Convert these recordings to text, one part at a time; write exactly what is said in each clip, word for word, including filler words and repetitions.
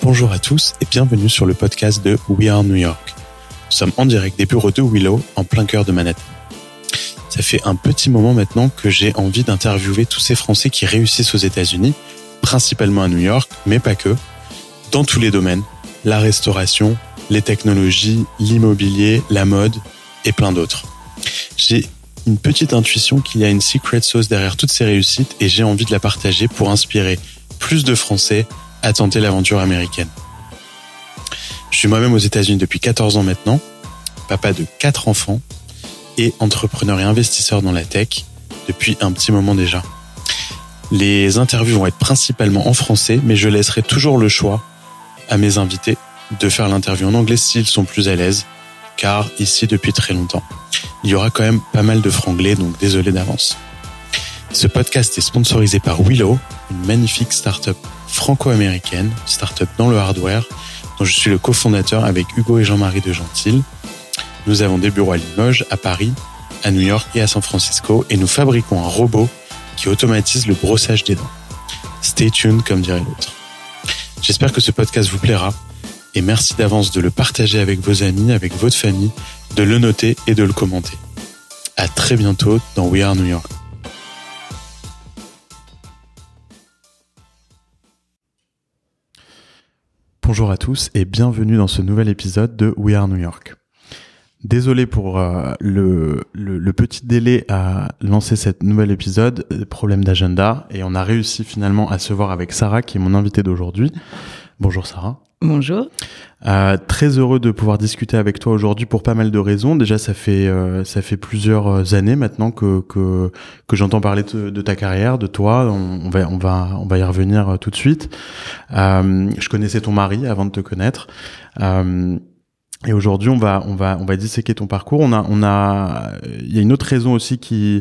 Bonjour à tous et bienvenue sur le podcast de We Are New York. Nous sommes en direct des bureaux de Willow, en plein cœur de Manhattan. Ça fait un petit moment maintenant que j'ai envie d'interviewer tous ces Français qui réussissent aux États-Unis, principalement à New York, mais pas que, dans tous les domaines, la restauration, les technologies, l'immobilier, la mode et plein d'autres. J'ai une petite intuition qu'il y a une secret sauce derrière toutes ces réussites et j'ai envie de la partager pour inspirer plus de Français à tenter l'aventure américaine. Je suis moi-même aux États-Unis depuis quatorze ans maintenant, papa de quatre enfants et entrepreneur et investisseur dans la tech depuis un petit moment déjà. Les interviews vont être principalement en français, mais je laisserai toujours le choix à mes invités de faire l'interview en anglais s'ils sont plus à l'aise, car ici depuis très longtemps, il y aura quand même pas mal de franglais, donc désolé d'avance. Ce podcast est sponsorisé par Willow, une magnifique start-up franco-américaine, start-up dans le hardware, dont je suis le cofondateur avec Hugo et Jean-Marie de Gentil. Nous avons des bureaux à Limoges, à Paris, à New York et à San Francisco, et nous fabriquons un robot qui automatise le brossage des dents. Stay tuned, comme dirait l'autre. J'espère que ce podcast vous plaira, et merci d'avance de le partager avec vos amis, avec votre famille, de le noter et de le commenter. À très bientôt dans We Are New York. Bonjour à tous et bienvenue dans ce nouvel épisode de We Are New York. Désolé pour euh, le, le, le petit délai à lancer cet nouvel épisode, problème d'agenda, et on a réussi finalement à se voir avec Sarah qui est mon invitée d'aujourd'hui. Bonjour Sarah. Bonjour. Euh, très heureux de pouvoir discuter avec toi aujourd'hui pour pas mal de raisons. Déjà, ça fait euh, ça fait plusieurs années maintenant que que que j'entends parler de, de ta carrière, de toi. On, on va on va on va y revenir tout de suite. Euh, je connaissais ton mari avant de te connaître. Euh, Et aujourd'hui, on va, on va, on va disséquer ton parcours. On a, on a, il y a une autre raison aussi qui,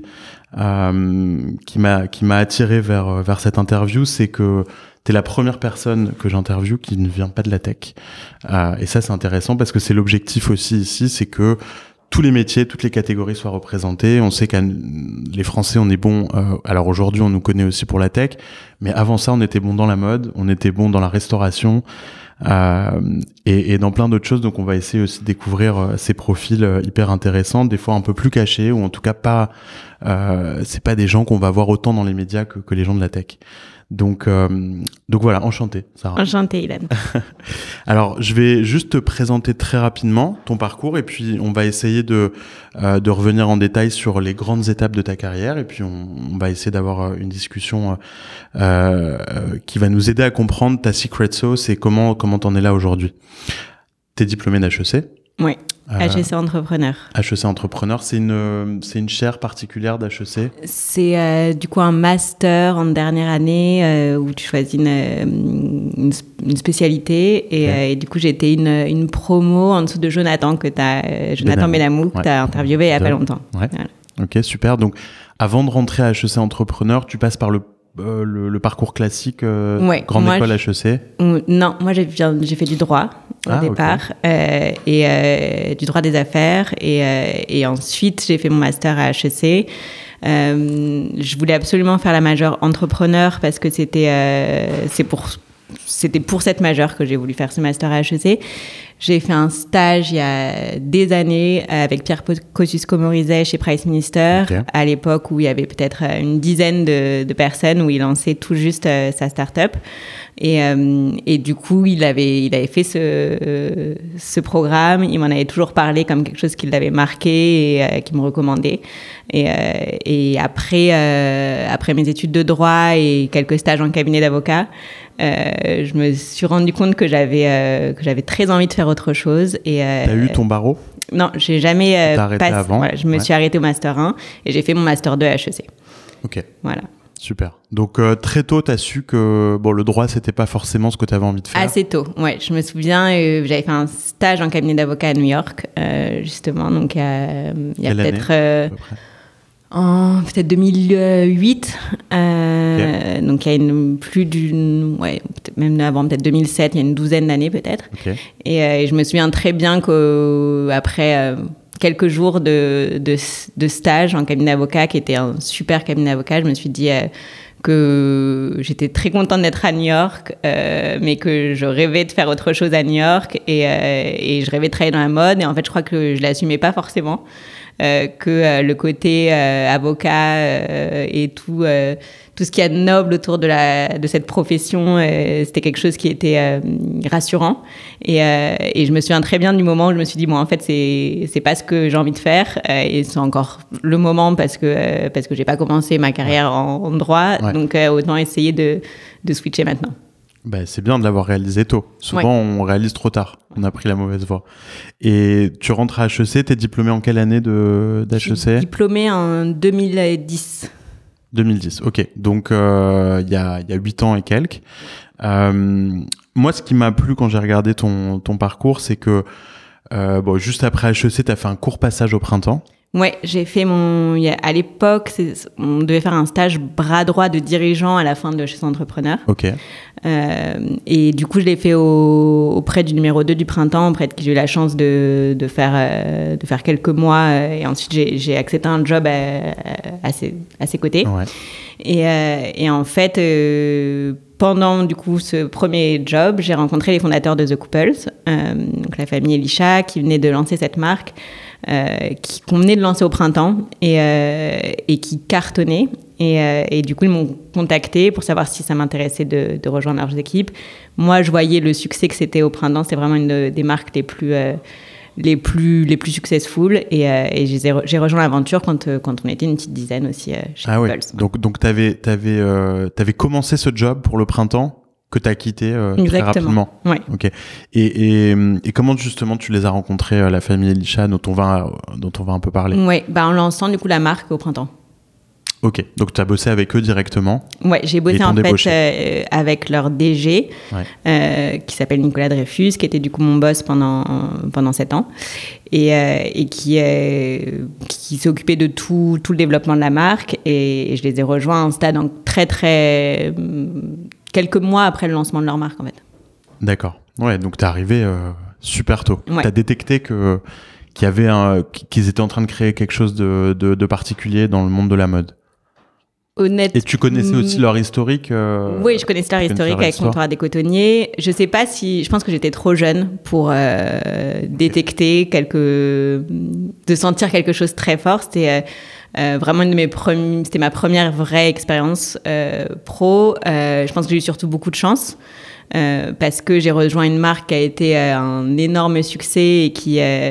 euh, qui m'a, qui m'a attiré vers, vers cette interview, c'est que t'es la première personne que j'interviewe qui ne vient pas de la tech. Euh, et ça, c'est intéressant parce que c'est l'objectif aussi ici, c'est que tous les métiers, toutes les catégories soient représentées. On sait que les Français, on est bons. Euh, alors aujourd'hui, on nous connaît aussi pour la tech, mais avant ça, on était bons dans la mode, on était bons dans la restauration. Euh, et, et dans plein d'autres choses, donc on va essayer aussi de découvrir euh, ces profils euh, hyper intéressants, des fois un peu plus cachés ou en tout cas pas, euh, c'est pas des gens qu'on va voir autant dans les médias que, que les gens de la tech. Donc, euh, donc voilà, enchanté, Sarah. Enchantée, Ilan. Alors, je vais juste te présenter très rapidement ton parcours et puis on va essayer de euh, de revenir en détail sur les grandes étapes de ta carrière et puis on, on va essayer d'avoir une discussion euh, euh, qui va nous aider à comprendre ta secret sauce et comment comment t'en es là aujourd'hui. T'es diplômé d'H E C. Oui. H E C Entrepreneur. H E C Entrepreneur, c'est une, c'est une chaire particulière d'H E C ? C'est euh, du coup un master en dernière année euh, où tu choisis une, une, une spécialité et, okay. euh, et du coup j'ai été une, une promo en dessous de Jonathan, que t'as, Jonathan Benamou, que ouais. tu as interviewé il n'y a pas longtemps. Ouais. Voilà. Ok, super. Donc avant de rentrer à H E C Entrepreneur, tu passes par le Euh, le, le parcours classique, euh, ouais, grande école H E C. Non, moi j'ai, j'ai fait du droit au ah, départ, okay. euh, et euh, du droit des affaires, et, euh, et ensuite j'ai fait mon master à H E C. Euh, je voulais absolument faire la majeure entrepreneur parce que c'était, euh, c'est pour, c'était pour cette majeure que j'ai voulu faire ce master à H E C. J'ai fait un stage il y a des années avec Pierre Kosciusko-Morizet chez Price Minister, okay. à l'époque où il y avait peut-être une dizaine de, de personnes, où il lançait tout juste euh, sa start-up. Et, euh, et du coup, il avait, il avait fait ce, euh, ce programme. Il m'en avait toujours parlé comme quelque chose qui l'avait marqué et euh, qui me recommandait. Et, euh, et après, euh, après mes études de droit et quelques stages en cabinet d'avocat, Euh, je me suis rendu compte que j'avais euh, que j'avais très envie de faire autre chose. Et euh, t'as eu ton barreau ? Non, j'ai jamais euh, T'as arrêté passé. avant. Voilà, je me ouais. suis arrêtée au master un et j'ai fait mon master deux à H E C. Ok. Voilà. Super. Donc euh, très tôt, t'as su que bon, le droit c'était pas forcément ce que t'avais envie de faire. Assez tôt, ouais. Je me souviens, euh, j'avais fait un stage en cabinet d'avocat à New York, euh, justement. Donc il y a, il y a peut-être. Euh, En peut-être deux mille huit, euh, okay. donc il y a une, plus d'une, ouais, peut-être même avant peut-être deux mille sept, il y a une douzaine d'années peut-être. Okay. Et, euh, et je me souviens très bien qu'après euh, quelques jours de, de, de stage en cabinet d'avocat, qui était un super cabinet d'avocat, je me suis dit euh, que j'étais très contente d'être à New York, euh, mais que je rêvais de faire autre chose à New York et, euh, et je rêvais de travailler dans la mode. Et en fait, je crois que je l'assumais pas forcément, euh, que euh, le côté euh, avocat euh, et tout, euh, tout ce qu'il y a de noble autour de, la, de cette profession, euh, c'était quelque chose qui était euh, rassurant. Et, euh, et je me souviens très bien du moment où je me suis dit, bon, en fait, c'est, c'est pas ce que j'ai envie de faire. Euh, et c'est encore le moment parce que, euh, parce que j'ai pas commencé ma carrière en, en droit. Ouais. Donc, euh, autant essayer de, de switcher maintenant. Ben, c'est bien de l'avoir réalisé tôt. Souvent, ouais. on réalise trop tard. On a pris la mauvaise voie. Et tu rentres à H E C, t'es diplômée en quelle année de, d'H E C ? Diplômée en deux mille dix. deux mille dix, ok. Donc, il euh, y a il y a huit ans et quelques. Euh, moi, ce qui m'a plu quand j'ai regardé ton, ton parcours, c'est que euh, bon, juste après H E C, tu as fait un court passage au printemps. Ouais, j'ai fait mon... À l'époque, c'est... on devait faire un stage bras droit de dirigeant à la fin de chez Entrepreneur. Ok. Euh, et du coup, je l'ai fait au... auprès du numéro deux du printemps, auprès de qui j'ai eu la chance de, de, faire, euh, de faire quelques mois. Euh, et ensuite, j'ai, j'ai accepté un job à, à, ses, à ses côtés. Ouais. Et, euh, et en fait... Euh, Pendant du coup ce premier job, j'ai rencontré les fondateurs de The Couples, euh, donc la famille Elisha, qui venait de lancer cette marque, euh, qui, qu'on venait de lancer au printemps et, euh, et qui cartonnait. Et, euh, et du coup, ils m'ont contacté pour savoir si ça m'intéressait de, de rejoindre leurs équipes. Moi, je voyais le succès que c'était au printemps. C'est vraiment une des marques les plus... Euh, les plus les plus successful et, euh, et j'ai, j'ai rejoint l'aventure quand euh, quand on était une petite dizaine aussi euh, chez ah Couples. Ouais. Donc donc t'avais t'avais euh, t'avais commencé ce job pour le printemps que t'as quitté euh, très rapidement. Ouais. Ok. Et, et et comment justement tu les as rencontrés, euh, la famille Elisha dont on va dont on va un peu parler. Ouais, bah en lançant du coup la marque au printemps. Ok, donc tu as bossé avec eux directement. Ouais, j'ai bossé en fait euh, avec leur D G, ouais. euh, qui s'appelle Nicolas Dreyfus, qui était du coup mon boss pendant pendant sept ans, et, euh, et qui euh, qui s'est occupé de tout tout le développement de la marque. Et, et je les ai rejoints à un stade en très très quelques mois après le lancement de leur marque en fait. D'accord. Ouais, donc t'es arrivé euh, super tôt. Ouais. T'as détecté que qu'il y avait un, qu'ils étaient en train de créer quelque chose de de, de particulier dans le monde de la mode. Honnête... Et tu connaissais aussi leur historique euh, Oui, je connaissais leur historique avec Comptoir des Cotonniers. Je sais pas si... Je pense que j'étais trop jeune pour euh, détecter quelque... de sentir quelque chose très fort. C'était euh, euh, vraiment une de mes premières... C'était ma première vraie expérience euh, pro. Euh, je pense que j'ai eu surtout beaucoup de chance euh, parce que j'ai rejoint une marque qui a été euh, un énorme succès et qui... Euh,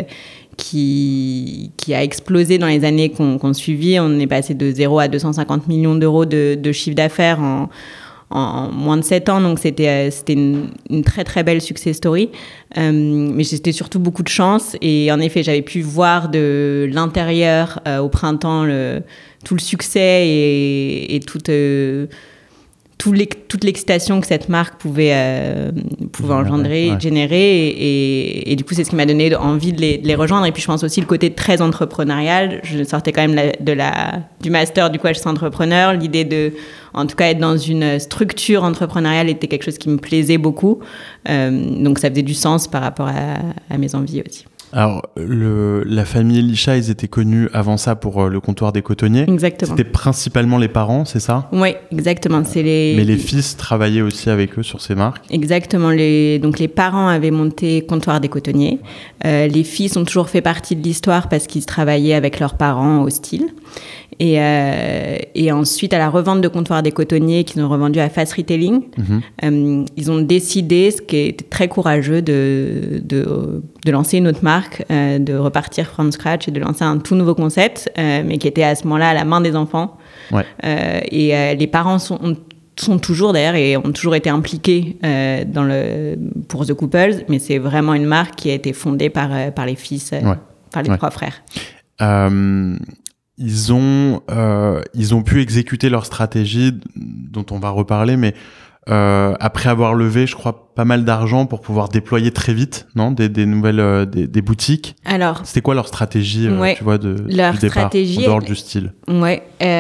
Qui, qui a explosé dans les années qu'on, qu'on suivit. On est passé de zéro à deux cent cinquante millions d'euros de, de chiffre d'affaires en, en moins de sept ans. Donc, c'était, c'était une, une très, très belle success story. Euh, mais c'était surtout beaucoup de chance. Et en effet, j'avais pu voir de l'intérieur euh, au printemps le, tout le succès et, et toute... Euh, toute l'excitation que cette marque pouvait, euh, pouvait engendrer, ouais. générer. Et, et, et du coup, c'est ce qui m'a donné envie de les, de les rejoindre. Et puis, je pense aussi le côté très entrepreneurial. Je sortais quand même la, de la, du master du coup, H C Entrepreneur. L'idée de, en tout cas, être dans une structure entrepreneuriale était quelque chose qui me plaisait beaucoup. Euh, donc, ça faisait du sens par rapport à, à mes envies aussi. Alors, le, la famille Elisha, ils étaient connus avant ça pour euh, le comptoir des cotonniers. Exactement. C'était principalement les parents, c'est ça ? Oui, exactement. C'est les... Mais les fils travaillaient aussi avec eux sur ces marques ? Exactement. Les... Donc, les parents avaient monté comptoir des cotonniers. Euh, les fils ont toujours fait partie de l'histoire parce qu'ils travaillaient avec leurs parents au style. Et, euh, et ensuite, à la revente de comptoir des cotonniers qu'ils ont revendu à Fast Retailing, mmh. euh, ils ont décidé, ce qui était très courageux, de, de, de lancer une autre marque, euh, de repartir from scratch et de lancer un tout nouveau concept, euh, mais qui était à ce moment-là à la main des enfants. Ouais. Euh, et euh, les parents sont, ont, sont toujours d'ailleurs et ont toujours été impliqués euh, dans le, pour The Couples, mais c'est vraiment une marque qui a été fondée par, par les fils, euh, ouais. par les ouais. trois frères. Euh... Ils ont, euh, ils ont pu exécuter leur stratégie, dont on va reparler, mais euh, après avoir levé, je crois, pas mal d'argent pour pouvoir déployer très vite, non, des, des nouvelles, euh, des, des boutiques. Alors, c'était quoi leur stratégie, euh, ouais, tu vois, de leur du départ, stratégie, en dehors elle, du style. Ouais.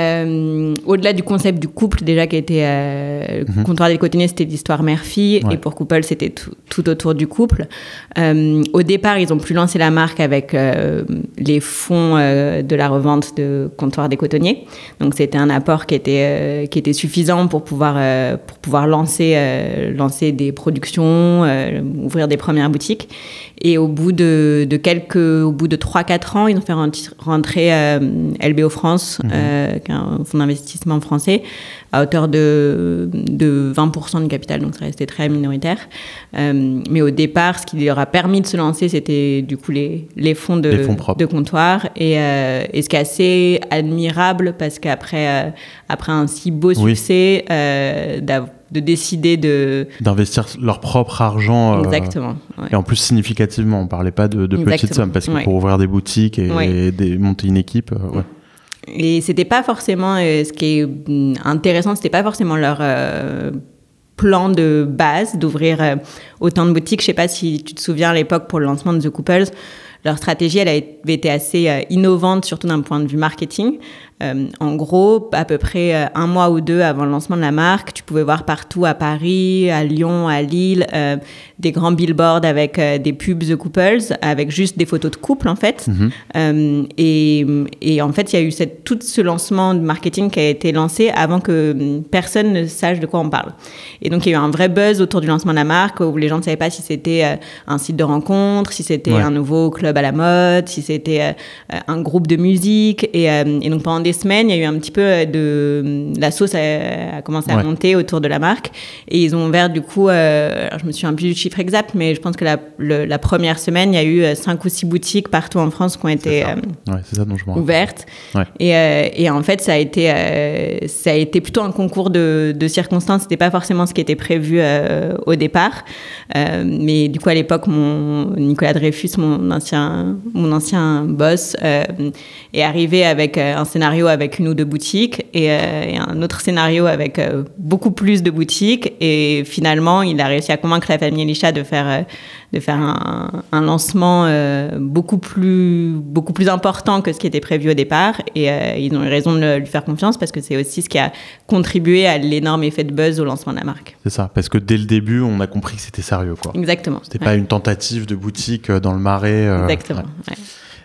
Euh, au-delà du concept du couple déjà qui était euh, mm-hmm. Comptoir des Cotonniers, c'était l'histoire mère-fille, ouais. Et pour Couple, c'était tout, tout autour du couple. Euh, au départ, ils ont pu lancer la marque avec euh, les fonds euh, de la revente de Comptoir des Cotonniers. Donc c'était un apport qui était euh, qui était suffisant pour pouvoir euh, pour pouvoir lancer euh, lancer des productions, euh, ouvrir des premières boutiques. Et au bout de, de quelques au bout de trois quatre ans, ils ont fait rentrer euh, L B O France, mmh. euh, qui est un fonds d'investissement français, à hauteur de de vingt pour cent du capital, donc ça restait très minoritaire. Euh, mais au départ, ce qui leur a permis de se lancer, c'était du coup les les fonds de les fonds propres. de Comptoir, et euh, et ce qui est assez admirable parce qu'après euh, après un si beau succès, oui. euh, d'avoir de décider de... d'investir leur propre argent. Exactement. Euh, ouais. Et en plus, significativement. On ne parlait pas de, de petites sommes, parce que ouais. pour ouvrir des boutiques et, ouais. et des, monter une équipe, euh, ouais. Et ce n'était pas forcément... Euh, ce qui est intéressant, ce n'était pas forcément leur... Euh, plan de base d'ouvrir euh, autant de boutiques. Je ne sais pas si tu te souviens à l'époque pour le lancement de The Couples, leur stratégie, elle avait été assez euh, innovante, surtout d'un point de vue marketing. Euh, en gros, à peu près euh, un mois ou deux avant le lancement de la marque, tu pouvais voir partout à Paris, à Lyon, à Lille, euh, des grands billboards avec euh, des pubs The Couples, avec juste des photos de couple, en fait. Mm-hmm. Euh, et, et en fait, il y a eu cette, tout ce lancement de marketing qui a été lancé avant que personne ne sache de quoi on parle. Et donc, il y a eu un vrai buzz autour du lancement de la marque, où les gens ne savaient pas si c'était euh, un site de rencontre, si c'était ouais. un nouveau club à la mode, si c'était euh, un groupe de musique. Et, euh, et donc, pendant des semaines, il y a eu un petit peu de... La sauce a, a commencé à ouais. monter autour de la marque. Et ils ont ouvert, du coup... Euh, alors je me souviens plus du chiffre exact, mais je pense que la, le, la première semaine, il y a eu cinq ou six boutiques partout en France qui ont été c'est euh, ouais, c'est ça dont je ouvertes. Ouais. Et, euh, et en fait, ça a été, euh, ça a été plutôt un concours de, de circonstances. C'était pas forcément ce qui était prévu euh, au départ. Euh, mais du coup, à l'époque, mon Nicolas Dreyfus, mon ancien, mon ancien boss, euh, est arrivé avec un scénario avec une ou deux boutiques et, euh, et un autre scénario avec euh, beaucoup plus de boutiques. Et finalement, il a réussi à convaincre la famille Elisha de faire, euh, de faire un, un lancement euh, beaucoup plus, beaucoup plus important que ce qui était prévu au départ. Et euh, ils ont eu raison de lui faire confiance parce que c'est aussi ce qui a contribué à l'énorme effet de buzz au lancement de la marque. C'est ça, parce que dès le début, on a compris que c'était sérieux, quoi. Exactement. C'était ouais. pas une tentative de boutique dans le Marais. Euh, Exactement, ouais. ouais.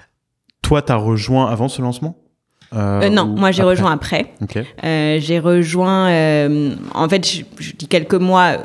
Toi, t'as rejoint avant ce lancement ? Euh, euh, non, moi j'ai après. rejoint après. Okay. Euh, j'ai rejoint, euh, en fait, je, je dis quelques mois,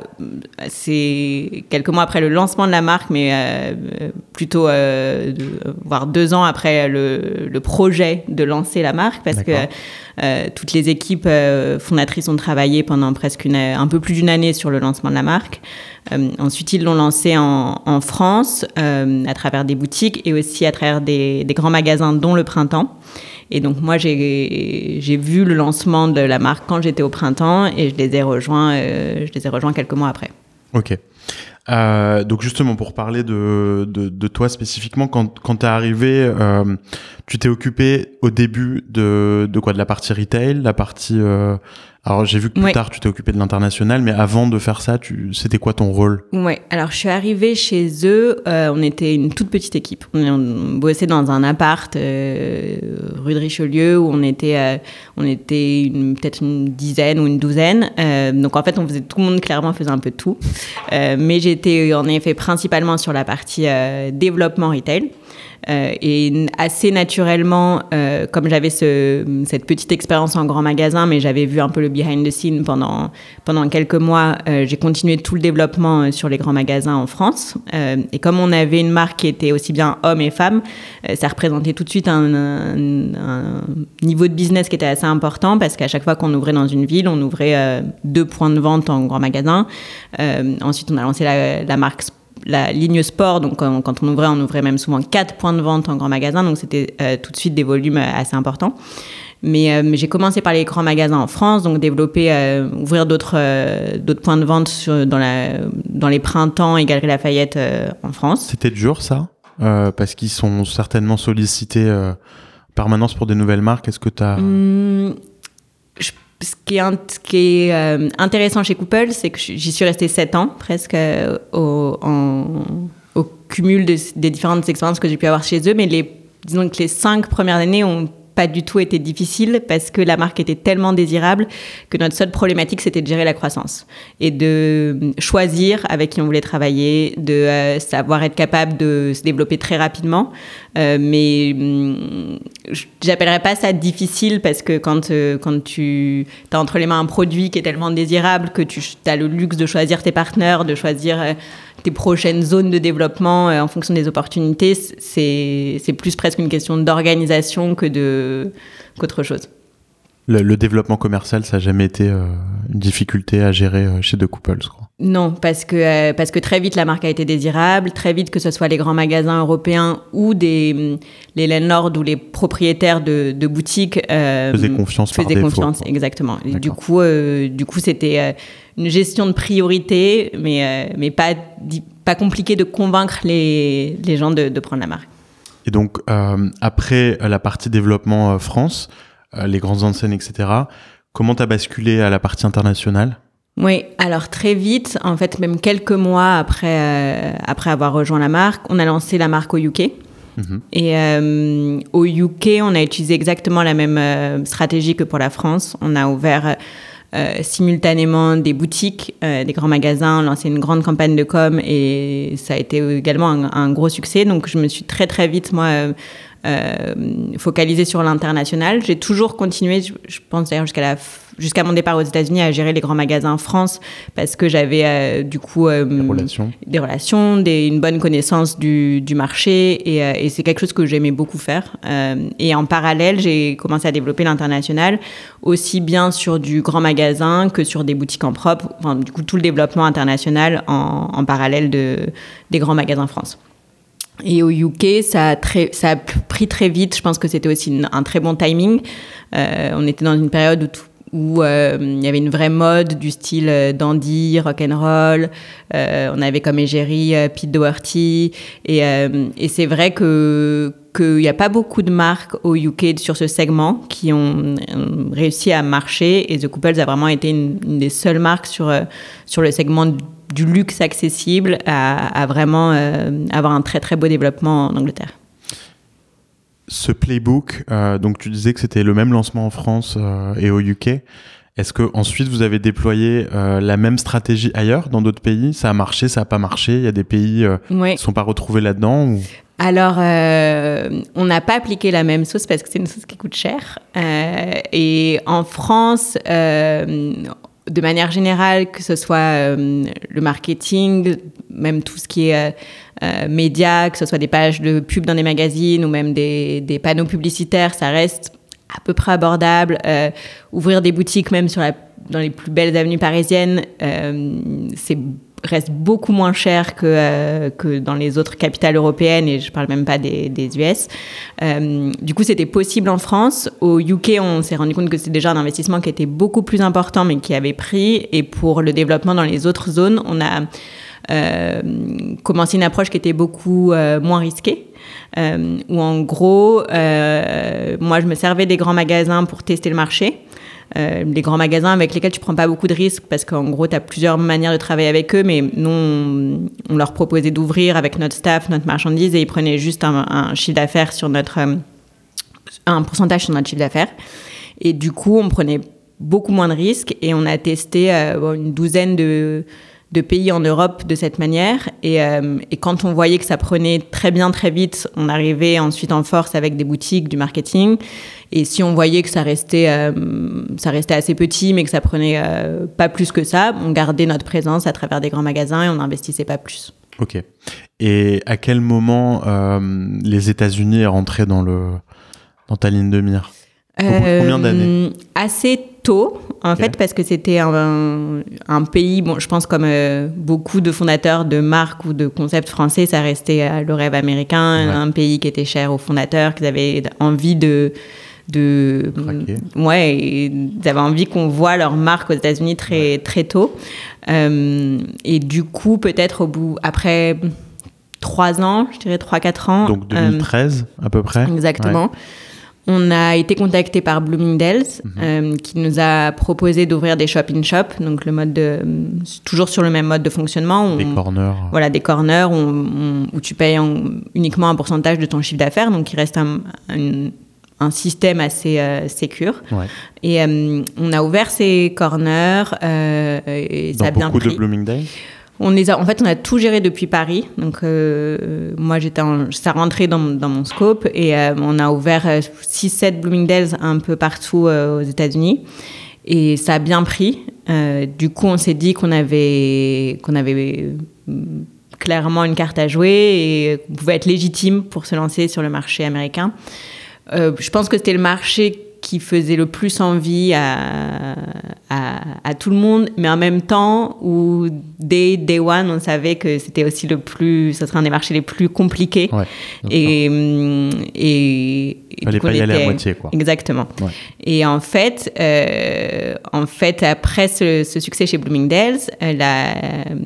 c'est quelques mois après le lancement de la marque, mais euh, plutôt euh, de, voire deux ans après le, le projet de lancer la marque, parce D'accord. que euh, toutes les équipes euh, fondatrices ont travaillé pendant presque une, un peu plus d'une année sur le lancement de la marque. Euh, ensuite, ils l'ont lancé en, en France euh, à travers des boutiques et aussi à travers des, des grands magasins, dont le Printemps. Et donc, moi, j'ai, j'ai vu le lancement de la marque quand j'étais au Printemps et je les ai rejoints, euh, je les ai rejoints quelques mois après. Ok. Euh, donc, justement, pour parler de, de, de toi spécifiquement, quand, quand t'es arrivé, euh, tu t'es occupé au début de, de quoi? De la partie retail, la partie... Euh... Alors, j'ai vu que plus ouais. tard, tu t'es occupé de l'international, mais avant de faire ça, tu... c'était quoi ton rôle? Ouais, alors je suis arrivée chez eux, euh, on était une toute petite équipe. On, on bossait dans un appart euh, rue de Richelieu où on était, euh, on était une, peut-être une dizaine ou une douzaine. Euh, donc en fait, on faisait, tout le monde clairement faisait un peu de tout. Euh, mais j'étais en effet principalement sur la partie euh, développement retail. Euh, et assez naturellement, euh, comme j'avais ce, cette petite expérience en grand magasin, mais j'avais vu un peu le behind the scene pendant, pendant quelques mois, euh, j'ai continué tout le développement sur les grands magasins en France. Euh, et comme on avait une marque qui était aussi bien hommes et femmes, euh, ça représentait tout de suite un, un, un niveau de business qui était assez important parce qu'à chaque fois qu'on ouvrait dans une ville, on ouvrait euh, deux points de vente en grand magasin. Euh, ensuite, on a lancé la, la marque la ligne sport, donc quand, quand on ouvrait, on ouvrait même souvent quatre points de vente en grand magasin, donc c'était euh, tout de suite des volumes assez importants. Mais, euh, mais j'ai commencé par les grands magasins en France, donc développer, euh, ouvrir d'autres, euh, d'autres points de vente sur, dans, la, dans les Printemps et Galeries Lafayette euh, en France. C'était dur ça, euh, parce qu'ils sont certainement sollicités euh, en permanence pour des nouvelles marques. Est-ce que tu as... Hum, je ce qui est, un, ce qui est euh, intéressant chez Couples, c'est que j'y suis restée sept ans, presque, euh, au, en, au cumul de, des différentes expériences que j'ai pu avoir chez eux. Mais les, disons que les cinq premières années ont pas du tout été difficile parce que la marque était tellement désirable que notre seule problématique, c'était de gérer la croissance et de choisir avec qui on voulait travailler, de euh, savoir être capable de se développer très rapidement. Euh, mais hum, j'appellerais pas ça difficile parce que quand, euh, quand tu as entre les mains un produit qui est tellement désirable que tu as le luxe de choisir tes partenaires, de choisir euh, tes prochaines zones de développement euh, en fonction des opportunités, c'est, c'est plus presque une question d'organisation que de, qu'autre chose. Le, le développement commercial, ça n'a jamais été euh, une difficulté à gérer euh, chez The Couples, je crois. Non, parce que, euh, parce que très vite, la marque a été désirable. Très vite, que ce soit les grands magasins européens ou des, les landlords ou les propriétaires de, de boutiques euh, faisaient confiance par faisaient défaut. Confiance, exactement. Et du coup, euh, du coup, c'était euh, une gestion de priorité, mais, euh, mais pas, pas compliqué de convaincre les, les gens de, de prendre la marque. Et donc, euh, après la partie développement euh, France, euh, les grandes enseignes, et cetera, comment tu as basculé à la partie internationale ? Oui, alors très vite, en fait, même quelques mois après, euh, après avoir rejoint la marque, on a lancé la marque au U K. Mmh. Et euh, au U K, on a utilisé exactement la même euh, stratégie que pour la France. On a ouvert euh, simultanément des boutiques, euh, des grands magasins, lancé une grande campagne de com et ça a été également un, un gros succès. Donc, je me suis très, très vite, moi... Euh, Euh, focalisée sur l'international. J'ai toujours continué, je, je pense d'ailleurs jusqu'à, la, jusqu'à mon départ aux États-Unis, à gérer les grands magasins en France parce que j'avais euh, du coup euh, des relations, des relations des, une bonne connaissance du, du marché et, euh, et c'est quelque chose que j'aimais beaucoup faire. Euh, et en parallèle, j'ai commencé à développer l'international aussi bien sur du grand magasin que sur des boutiques en propre. Enfin, du coup, tout le développement international en, en parallèle de, des grands magasins France. Et au U K, ça a, très, ça a pris très vite. Je pense que c'était aussi une, un très bon timing. Euh, on était dans une période où, tout, où euh, il y avait une vraie mode du style euh, dandy, rock'n'roll. Euh, on avait comme égérie euh, Pete Doherty. Et, euh, et c'est vrai que qu'il n'y a pas beaucoup de marques au U K sur ce segment qui ont, ont réussi à marcher. Et The Couples a vraiment été une, une des seules marques sur, euh, sur le segment de du luxe accessible à, à vraiment euh, avoir un très très beau développement en Angleterre. Ce playbook, euh, donc tu disais que c'était le même lancement en France euh, et au U K. Est-ce que ensuite vous avez déployé euh, la même stratégie ailleurs, dans d'autres pays ? Ça a marché, ça n'a pas marché ? Il y a des pays euh, oui. qui ne sont pas retrouvés là-dedans ou... Alors, euh, on n'a pas appliqué la même sauce parce que c'est une sauce qui coûte cher. Euh, et en France... Euh, de manière générale, que ce soit euh, le marketing, même tout ce qui est euh, euh, médias, que ce soit des pages de pub dans des magazines ou même des, des panneaux publicitaires, ça reste à peu près abordable. Euh, ouvrir des boutiques même sur la, dans les plus belles avenues parisiennes, euh, c'est reste beaucoup moins cher que, euh, que dans les autres capitales européennes, et je ne parle même pas des, des U S. Euh, du coup, c'était possible en France. Au U K, on s'est rendu compte que c'était déjà un investissement qui était beaucoup plus important, mais qui avait pris. Et pour le développement dans les autres zones, on a euh, commencé une approche qui était beaucoup euh, moins risquée. Euh, où en gros, euh, moi, je me servais des grands magasins pour tester le marché. Euh, les grands magasins avec lesquels tu prends pas beaucoup de risques parce qu'en gros, tu as plusieurs manières de travailler avec eux, mais nous, on, on leur proposait d'ouvrir avec notre staff, notre marchandise, et ils prenaient juste un, un chiffre d'affaires sur notre... Euh, un pourcentage sur notre chiffre d'affaires. Et du coup, on prenait beaucoup moins de risques et on a testé euh, une douzaine de... de pays en Europe de cette manière. Et, euh, et quand on voyait que ça prenait très bien, très vite, on arrivait ensuite en force avec des boutiques, du marketing. Et si on voyait que ça restait, euh, ça restait assez petit, mais que ça prenait euh, pas plus que ça, on gardait notre présence à travers des grands magasins et on n'investissait pas plus. Ok. Et à quel moment euh, les États-Unis est rentré dans, le, dans ta ligne de mire ? Au bout de combien d'années ? Assez tôt, en okay. fait, parce que c'était un, un pays, bon, je pense comme euh, beaucoup de fondateurs de marques ou de concepts français, ça restait euh, le rêve américain, ouais. un pays qui était cher aux fondateurs, qui avaient envie de... de Craquer. Ouais, ils avaient envie qu'on voit leur marque aux États-Unis très, ouais. très tôt. Euh, et du coup, peut-être au bout, après trois ans, je dirais trois quatre ans. Donc deux mille treize, euh, à peu près. Exactement. Ouais. On a été contacté par Bloomingdale's, mm-hmm. euh, qui nous a proposé d'ouvrir des shop-in-shop, donc le mode de, toujours sur le même mode de fonctionnement. On, des corners. Voilà, des corners où, on, où tu payes en, uniquement un pourcentage de ton chiffre d'affaires, donc il reste un, un, un système assez euh, sécure. Ouais. Et euh, on a ouvert ces corners euh, et Dans ça a bien pris. beaucoup de Bloomingdale's. On les a, en fait, on a tout géré depuis Paris. Donc, euh, moi, j'étais en, ça rentrait dans, dans mon scope. Et euh, on a ouvert six sept Bloomingdale's un peu partout euh, aux États-Unis. Et ça a bien pris. Euh, du coup, on s'est dit qu'on avait, qu'on avait clairement une carte à jouer et qu'on pouvait être légitime pour se lancer sur le marché américain. Euh, je pense que c'était le marché qui faisait le plus envie à, à, à tout le monde, mais en même temps, où dès Day One, on savait que c'était aussi le plus, ce serait un des marchés les plus compliqués. Ouais, et, et, et il fallait pas y aller à moitié, quoi. Exactement. Ouais. Et en fait, euh, en fait, après ce, ce succès chez Bloomingdale's, la,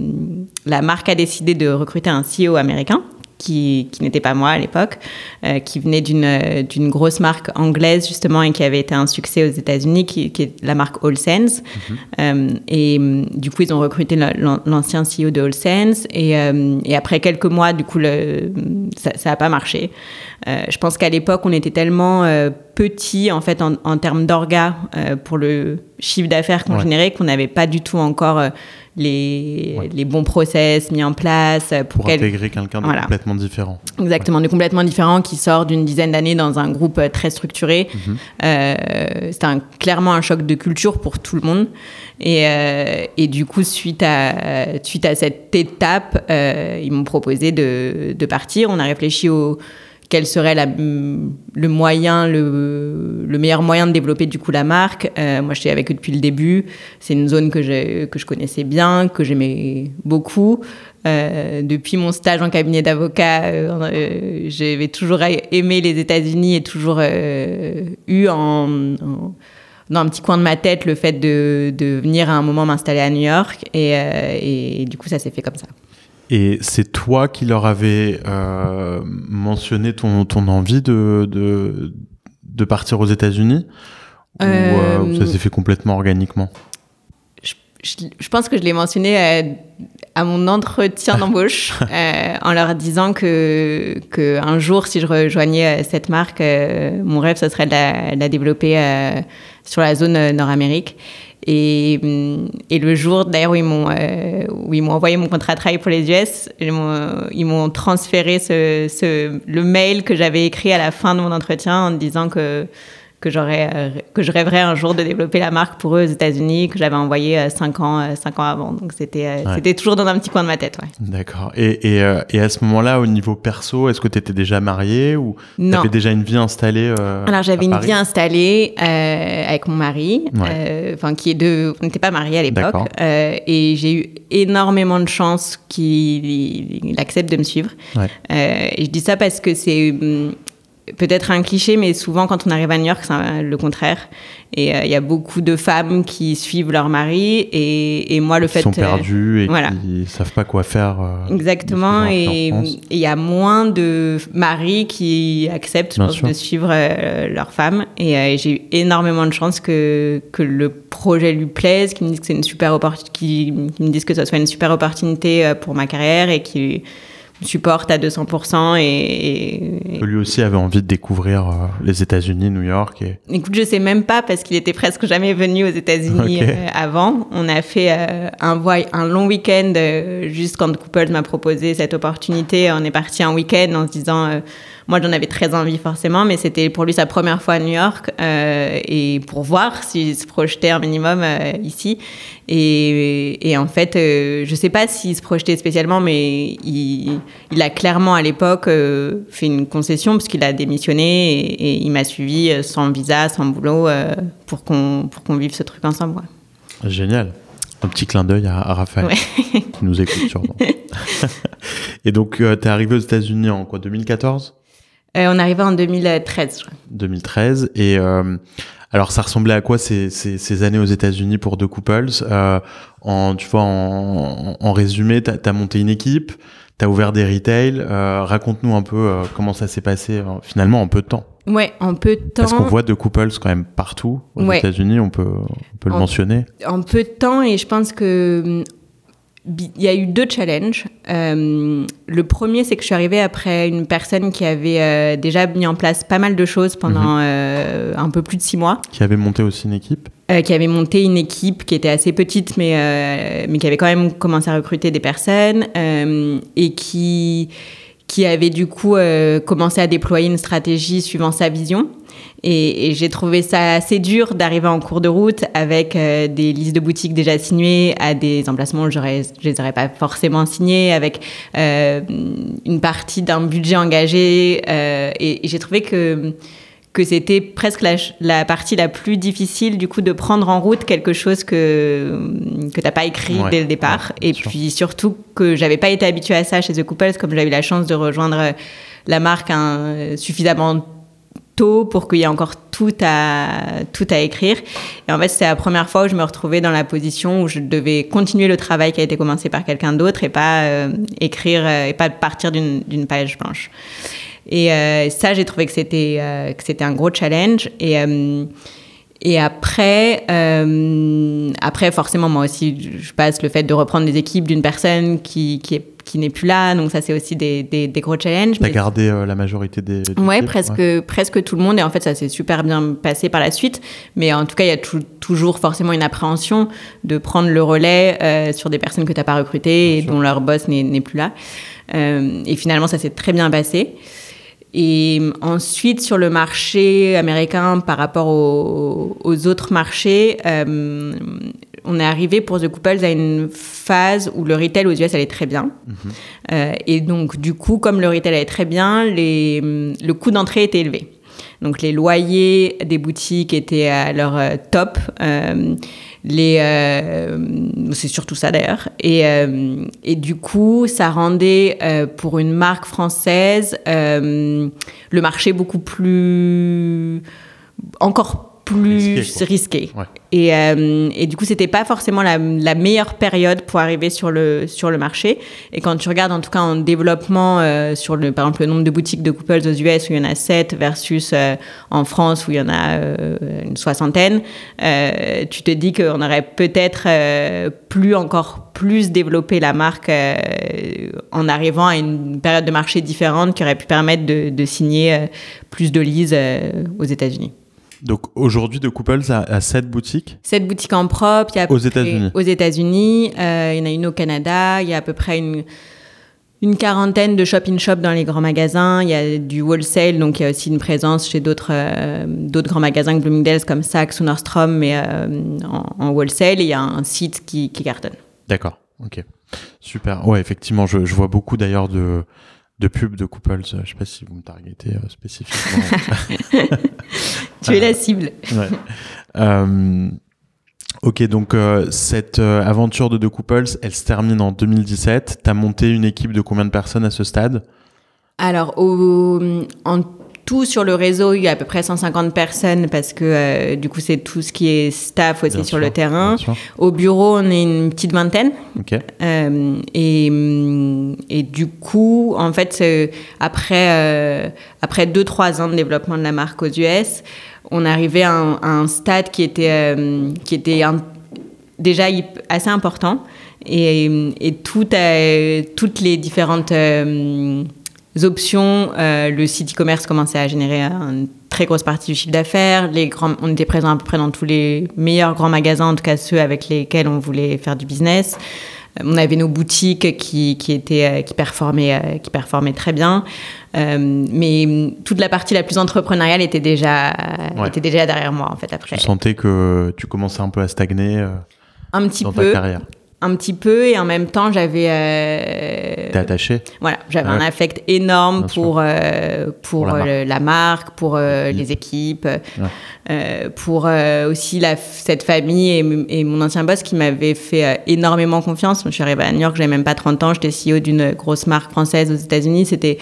la marque a décidé de recruter un C E O américain. Qui, qui n'était pas moi à l'époque, euh, qui venait d'une, d'une grosse marque anglaise justement et qui avait été un succès aux États-Unis, qui, qui est la marque All Sense. Mm-hmm. Euh, et du coup, ils ont recruté le, l'ancien C E O de All Sense. Et, euh, et après quelques mois, du coup, le, ça n'a pas marché. Euh, je pense qu'à l'époque, on était tellement euh, petits en fait en, en termes d'orga euh, pour le chiffre d'affaires qu'on ouais. générait qu'on n'avait pas du tout encore euh, les, ouais. les bons process mis en place. Pour, pour intégrer quel... quelqu'un de voilà. complètement différent. Exactement, ouais. de complètement différent qui sort d'une dizaine d'années dans un groupe très structuré. Mm-hmm. Euh, c'était un, clairement un choc de culture pour tout le monde. Et, euh, et du coup, suite à, suite à cette étape, euh, ils m'ont proposé de, de partir. On a réfléchi au... quel serait la, le moyen, le, le meilleur moyen de développer du coup la marque. Euh, moi, j'étais avec eux depuis le début. C'est une zone que je, que je connaissais bien, que j'aimais beaucoup. Euh, depuis mon stage en cabinet d'avocat, euh, j'avais toujours aimé les États-Unis et toujours euh, eu en, en, dans un petit coin de ma tête le fait de, de venir à un moment m'installer à New York. Et, euh, et, et du coup, ça s'est fait comme ça. Et c'est toi qui leur avais euh, mentionné ton, ton envie de, de, de partir aux États-Unis euh, ou euh, ça s'est fait complètement organiquement? je, je, je pense que je l'ai mentionné à, à mon entretien d'embauche euh, en leur disant que, que un jour, si je rejoignais cette marque, euh, mon rêve, ce serait de la, de la développer euh, sur la zone Nord-Amérique. Et, et le jour, d'ailleurs, où ils m'ont, euh, où ils m'ont envoyé mon contrat de travail pour les U S, ils m'ont, ils m'ont transféré ce, ce, le mail que j'avais écrit à la fin de mon entretien en disant que, que, j'aurais, euh, que je rêverais un jour de développer la marque pour eux aux États-Unis, que j'avais envoyé euh, cinq ans, euh, cinq ans avant. Donc, c'était, euh, ouais. c'était toujours dans un petit coin de ma tête. Ouais. D'accord. Et, et, euh, et à ce moment-là, au niveau perso, est-ce que tu étais déjà mariée ou tu avais déjà une vie installée euh, Alors, j'avais une vie installée euh, avec mon mari, ouais. euh, enfin, qui est de... On n'était pas mariés à l'époque. Euh, et j'ai eu énormément de chance qu'il il accepte de me suivre. Ouais. Euh, et je dis ça parce que c'est... peut-être un cliché, mais souvent, quand on arrive à New York, c'est le contraire. Et il euh, y a beaucoup de femmes qui suivent leur mari. Et, et moi, le ils fait... Ils sont perdus et voilà. qui ne savent pas quoi faire. Euh, Exactement. Et il y a moins de maris qui acceptent je pense, de suivre euh, leur femme. Et, euh, et j'ai eu énormément de chance que, que le projet lui plaise, qu'ils me disent que c'est une super opportunité, qu'ils me disent que ça soit une super opportunité pour ma carrière et qu'ils me supportent à deux cents pour cent et, et, et... Lui aussi avait envie de découvrir euh, les États-Unis, New York. Et... Écoute, je sais même pas parce qu'il était presque jamais venu aux États-Unis okay. euh, avant. On a fait euh, un, voy- un long week-end euh, juste quand Couples m'a proposé cette opportunité. On est parti un week-end en se disant... Euh, moi, j'en avais très envie forcément, mais c'était pour lui sa première fois à New York euh, et pour voir s'il se projetait un minimum euh, ici. Et, et en fait, euh, je sais pas s'il se projetait spécialement, mais il, il a clairement à l'époque euh, fait une concession parce qu'il a démissionné et, et il m'a suivi sans visa, sans boulot euh, pour qu'on pour qu'on vive ce truc ensemble. Ouais. Génial. Un petit clin d'œil à, à Raphaël ouais. qui nous écoute sûrement. Et donc, euh, t'es arrivé aux États-Unis en quoi, deux mille quatorze? Euh, on est arrivé en deux mille treize, je crois. deux mille treize. Et euh, alors, ça ressemblait à quoi ces, ces, ces années aux États-Unis pour deux Couples euh, en, tu vois, en, en résumé, t'as, t'as monté une équipe, t'as ouvert des retails. Euh, raconte-nous un peu euh, comment ça s'est passé euh, finalement en peu de temps. Ouais, en peu de temps. Parce qu'on voit de Couples quand même partout aux ouais. États-Unis, on peut, on peut le en, mentionner. En peu de temps, et je pense que il y a eu deux challenges. Euh, le premier, c'est que je suis arrivée après une personne qui avait euh, déjà mis en place pas mal de choses pendant mmh. euh, un peu plus de six mois. Qui avait monté aussi une équipe euh, Qui avait monté une équipe qui était assez petite, mais, euh, mais qui avait quand même commencé à recruter des personnes euh, et qui, qui avait du coup euh, commencé à déployer une stratégie suivant sa vision. Et, et j'ai trouvé ça assez dur d'arriver en cours de route avec euh, des listes de boutiques déjà signées à des emplacements où j'aurais, je les aurais pas forcément signés, avec euh, une partie d'un budget engagé. Euh, et, et j'ai trouvé que, que c'était presque la, la partie la plus difficile, du coup, de prendre en route quelque chose que, que t'as pas écrit ouais, dès le départ. Ouais, et sûr. Puis surtout que j'avais pas été habituée à ça chez The Couples, comme j'ai eu la chance de rejoindre la marque hein, suffisamment tôt pour qu'il y ait encore tout à, tout à écrire. Et en fait, c'était la première fois où je me retrouvais dans la position où je devais continuer le travail qui a été commencé par quelqu'un d'autre et pas euh, écrire, euh, et pas partir d'une, d'une page blanche. Et euh, ça, j'ai trouvé que c'était, euh, que c'était un gros challenge. Et, euh, et après, euh, après, forcément, moi aussi, je passe le fait de reprendre des équipes d'une personne qui, qui est qui n'est plus là, donc ça c'est aussi des, des, des gros challenges. T'as gardé euh, la majorité des, des ouais, presque, ouais, presque tout le monde, et en fait ça s'est super bien passé par la suite, mais en tout cas il y a tout, toujours forcément une appréhension de prendre le relais euh, sur des personnes que t'as pas recrutées bien et sûr. Dont leur boss n'est, n'est plus là. Euh, et finalement ça s'est très bien passé. Et ensuite, sur le marché américain par rapport aux, aux autres marchés, euh, on est arrivé pour The Couples à une phase où le retail aux U S allait très bien. Mmh. Euh, et donc, du coup, comme le retail allait très bien, les, le coût d'entrée était élevé. Donc, les loyers des boutiques étaient à leur euh, top. Euh, les, euh, c'est surtout ça d'ailleurs. Et, euh, et du coup, ça rendait euh, pour une marque française euh, le marché beaucoup plus... encore plus risqué. risqué. Ouais. Et, euh, et du coup, c'était pas forcément la, la meilleure période pour arriver sur le, sur le marché. Et quand tu regardes, en tout cas, en développement, euh, sur le, par exemple, le nombre de boutiques de Couples aux U S où il y en a sept versus euh, en France où il y en a euh, une soixantaine, euh, tu te dis qu'on aurait peut-être euh, plus encore plus développé la marque euh, en arrivant à une période de marché différente qui aurait pu permettre de, de signer euh, plus de leads euh, aux États-Unis. Donc aujourd'hui, The Couples a, a sept boutiques. Sept boutiques en propre. Il y a aux États-Unis. Aux États-Unis, euh, il y en a une au Canada. Il y a à peu près une une quarantaine de shop-in-shop dans les grands magasins. Il y a du wholesale, donc il y a aussi une présence chez d'autres euh, d'autres grands magasins que Bloomingdale's comme Saks ou Nordstrom, mais euh, en, en wholesale. Et il y a un site qui qui cartonne. D'accord. Ok. Super. Ouais, effectivement, je, je vois beaucoup d'ailleurs de de pubs de Couples. Je ne sais pas si vous me targetez euh, spécifiquement. Tu es la cible. Ouais. Euh, ok, donc euh, cette euh, aventure de The Couples, elle se termine en deux mille dix-sept. Tu as monté une équipe de combien de personnes à ce stade ? Alors, au, en tout sur le réseau, il y a à peu près cent cinquante personnes parce que euh, du coup, c'est tout ce qui est staff aussi bien sur sûr, le terrain. Au bureau, on est une petite vingtaine. Okay. Euh, et, et du coup, en fait, euh, après, euh, après deux trois ans de développement de la marque aux U S, on arrivait à un, à un stade qui était, euh, qui était un, déjà assez important. Et, et tout a, toutes les différentes... Euh, options, euh, le site e-commerce commençait à générer une très grosse partie du chiffre d'affaires. Les grands, on était présent à peu près dans tous les meilleurs grands magasins, en tout cas ceux avec lesquels on voulait faire du business. Euh, on avait nos boutiques qui, qui, étaient, qui, performaient, qui performaient très bien. Euh, mais toute la partie la plus entrepreneuriale était déjà, ouais. était déjà derrière moi, en fait, après. Tu sentais que tu commençais un peu à stagner euh, un petit dans peu. ta carrière. Un petit peu, et en même temps, j'avais... Euh, T'es attachée ? Voilà, j'avais ouais. un affect énorme pour, euh, pour, pour la, euh, marque. la marque, pour euh, les équipes, ouais. euh, pour euh, aussi la, cette famille et, et mon ancien boss qui m'avait fait euh, énormément confiance. Je suis arrivée à New York, j'avais même pas trente ans, j'étais C E O d'une grosse marque française aux États-Unis. C'était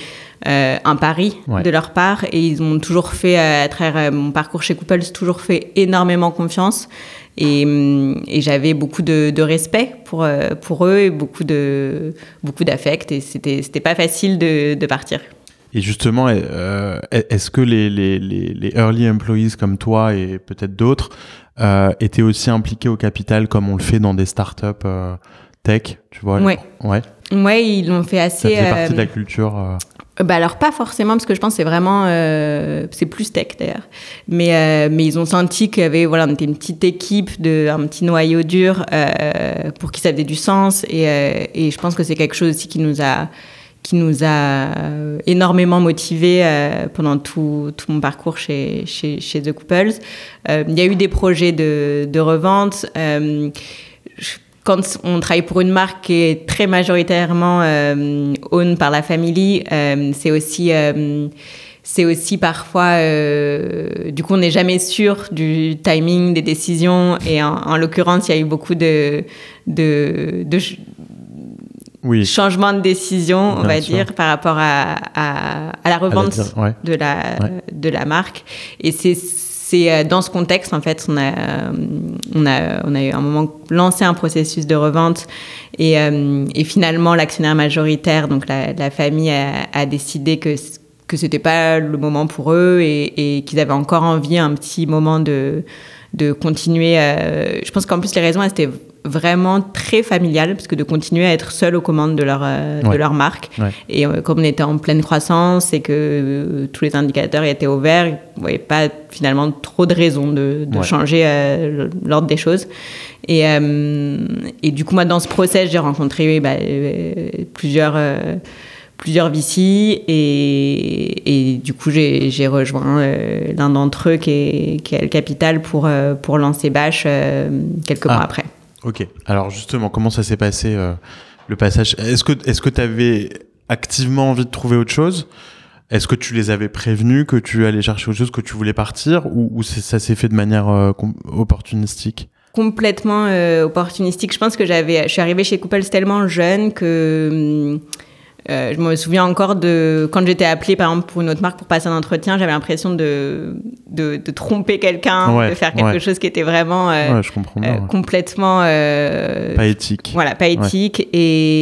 euh, un pari ouais. de leur part, et ils ont toujours fait, à travers mon parcours chez Couples, toujours fait énormément confiance. Et, et j'avais beaucoup de, de respect pour, pour eux et beaucoup, de, beaucoup d'affect. Et c'était, c'était pas facile de, de partir. Et justement, euh, est-ce que les, les, les, les early employees comme toi et peut-être d'autres euh, étaient aussi impliqués au capital comme on le fait dans des startups euh, tech, tu vois? Ouais. Ouais. Ouais, ils l'ont fait assez. Ça faisait partie euh, de la culture. Euh... Bah alors pas forcément, parce que je pense que c'est vraiment euh, c'est plus tech d'ailleurs, mais euh, mais ils ont senti qu'il y avait voilà, on était une petite équipe, de un petit noyau dur euh, pour qui ça avait du sens, et euh, et je pense que c'est quelque chose aussi qui nous a qui nous a énormément motivés euh, pendant tout tout mon parcours chez chez chez The Couples. Euh, il y a eu des projets de de revente. Euh, je, Quand on travaille pour une marque qui est très majoritairement euh, owned par la famille, euh, c'est aussi, euh, c'est aussi parfois... Euh, du coup, on n'est jamais sûr du timing des décisions. Et en, en l'occurrence, il y a eu beaucoup de, de, de ch- oui. changements de décision, on Bien va sûr. dire, par rapport à, à, à la revente la, ouais. de, la, ouais. de la marque. Et c'est... C'est dans ce contexte, en fait, on a, on a, on a eu un moment lancé un processus de revente et, euh, et finalement, l'actionnaire majoritaire, donc la, la famille, a, a décidé que, que c'était pas le moment pour eux et, et qu'ils avaient encore envie un petit moment de, de continuer. Euh, je pense qu'en plus, les raisons, elles étaient vraiment très familiales, parce que de continuer à être seul aux commandes de leur, euh, ouais. de leur marque. Ouais. Et euh, comme on était en pleine croissance et que euh, tous les indicateurs étaient au vert, il n'y avait pas finalement trop de raisons de, de ouais. changer euh, l'ordre des choses. Et, euh, et du coup, moi, dans ce process, j'ai rencontré bah, euh, plusieurs... Euh, plusieurs V C et, et du coup j'ai, j'ai rejoint euh, l'un d'entre eux qui est, qui est le capital pour, euh, pour lancer Bâche euh, quelques ah, mois après. Ok, alors justement comment ça s'est passé euh, le passage? Est-ce que est-ce que tu avais activement envie de trouver autre chose? Est-ce que tu les avais prévenus que tu allais chercher autre chose, que tu voulais partir, ou, ou c'est, ça s'est fait de manière euh, com- opportunistique? Complètement euh, opportunistique. Je pense que j'avais, je suis arrivée chez Couples tellement jeune que... Hum, Euh, je me souviens encore de quand j'étais appelée par exemple pour une autre marque pour passer un entretien, j'avais l'impression de de, de tromper quelqu'un, ouais, de faire quelque ouais. chose qui était vraiment euh, ouais, je comprends bien, euh, ouais. complètement pas éthique. Voilà, pas éthique ouais.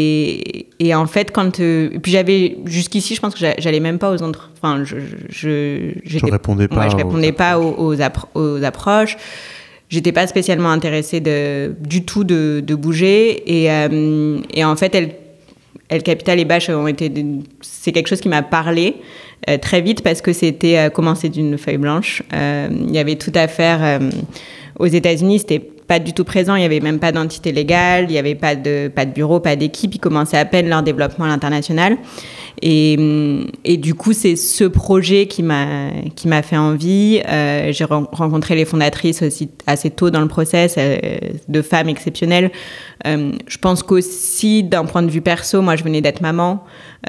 et et en fait quand euh, et puis j'avais jusqu'ici, je pense que j'allais même pas aux entre enfin je je je répondais pas ouais, je répondais aux pas aux aux, appro- aux approches. J'étais pas spécialement intéressée de du tout de de bouger et euh, et en fait elle El Capital et Bâche ont été, c'est quelque chose qui m'a parlé euh, très vite parce que c'était euh, commencer d'une feuille blanche. Euh, il y avait tout à faire euh, aux États-Unis, c'était pas du tout présent, il y avait même pas d'entité légale, il y avait pas de pas de bureau, pas d'équipe, ils commençaient à peine leur développement à l'international. Et, et du coup, c'est ce projet qui m'a qui m'a fait envie. Euh, j'ai re- rencontré les fondatrices aussi assez tôt dans le process, euh, de femmes exceptionnelles. Euh, je pense qu'aussi, d'un point de vue perso, moi, je venais d'être maman.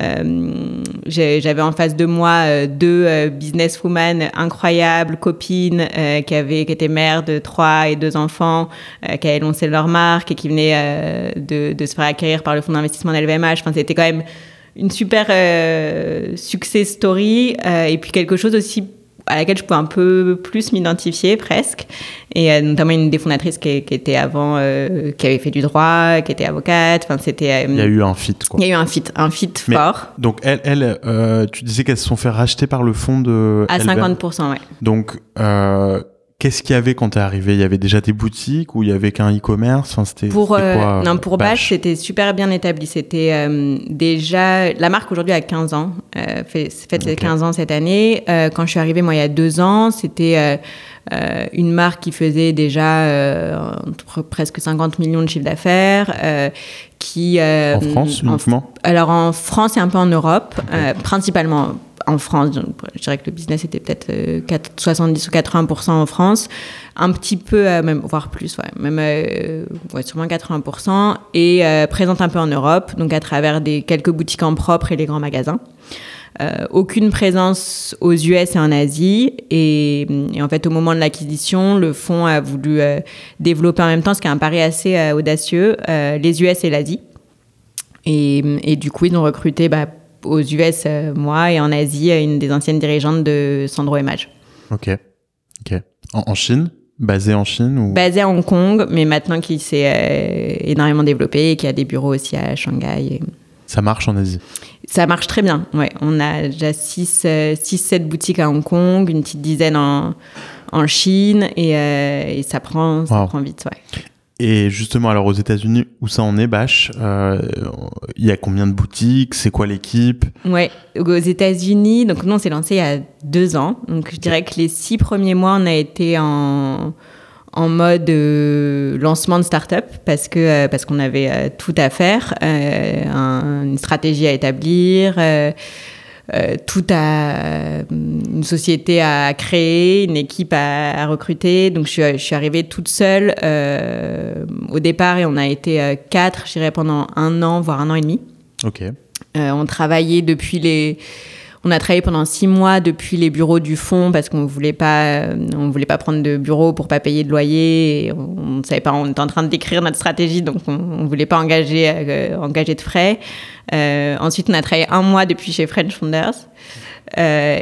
Euh, j'ai, j'avais en face de moi euh, deux euh, businesswomen incroyables, copines, euh, qui avaient qui étaient mères de trois et deux enfants, euh, qui avaient lancé leur marque et qui venaient euh, de, de se faire acquérir par le fonds d'investissement d'L V M H. Enfin, c'était quand même une super euh, success story euh, et puis quelque chose aussi à laquelle je pouvais un peu plus m'identifier presque, et euh, notamment une des fondatrices qui, qui était avant euh, qui avait fait du droit, qui était avocate. Enfin, c'était euh, il y a eu un fit quoi. Il y a eu un fit un fit Mais, fort. Donc elle elle euh, tu disais qu'elles se sont fait racheter par le fonds de à cinquante pour cent. Ouais. Donc euh, qu'est-ce qu'il y avait quand t'es arrivé? Il y avait déjà des boutiques ou il y avait qu'un e-commerce? Enfin, c'était, pour, c'était euh, quoi, non, pour Bâche, Bâche, c'était super bien établi. C'était euh, déjà... La marque, aujourd'hui, a quinze ans. Euh, fait, fête les okay. quinze ans cette année. Euh, quand je suis arrivée, moi, il y a deux ans, c'était euh, euh, une marque qui faisait déjà euh, presque cinquante millions de chiffre d'affaires. Euh, qui, euh, en France, uniquement en, Alors, en France et un peu en Europe, okay. euh, principalement... En France, je dirais que le business était peut-être soixante-dix ou quatre-vingts pour cent en France, un petit peu, euh, même, voire plus, ouais, même euh, ouais, sûrement quatre-vingts pour cent, et euh, présente un peu en Europe, donc à travers des, quelques boutiques en propre et les grands magasins. Euh, aucune présence aux U S et en Asie, et, et en fait au moment de l'acquisition, le fonds a voulu euh, développer en même temps, ce qui est un pari assez euh, audacieux, euh, les U S et l'Asie. Et, et du coup, ils ont recruté... Bah, aux U S, euh, moi, et en Asie, une des anciennes dirigeantes de Sandro et Maj. Ok, ok. En, en Chine, basée en Chine ou... Basée à Hong Kong, mais maintenant qui s'est euh, énormément développé et qui a des bureaux aussi à Shanghai. Et... Ça marche en Asie? Ça marche très bien, ouais. On a déjà six sept boutiques à Hong Kong, une petite dizaine en, en Chine, et, euh, et ça, prend, ça wow. prend vite, ouais. Et justement, alors aux États-Unis, où ça en est, Bâche, euh, il y a combien de boutiques? C'est quoi l'équipe? Ouais, aux États-Unis, donc nous on s'est lancé il y a deux ans. Donc je dirais que les six premiers mois, on a été en, en mode euh, lancement de start-up parce que euh, parce qu'on avait euh, tout à faire, euh, un, une stratégie à établir. Euh, Euh, tout à une société à créer, une équipe à, à recruter. Donc je suis, je suis arrivée toute seule euh, au départ et on a été euh, quatre, je dirais, pendant un an, voire un an et demi. Ok. Euh, on travaillait depuis les... On a travaillé pendant six mois depuis les bureaux du fonds parce qu'on voulait pas, on voulait pas prendre de bureau pour pas payer de loyer. Et on, on savait pas, on était en train de décrire notre stratégie, donc on, on voulait pas engager, euh, engager de frais. Euh, ensuite, on a travaillé un mois depuis chez French Founders. Euh,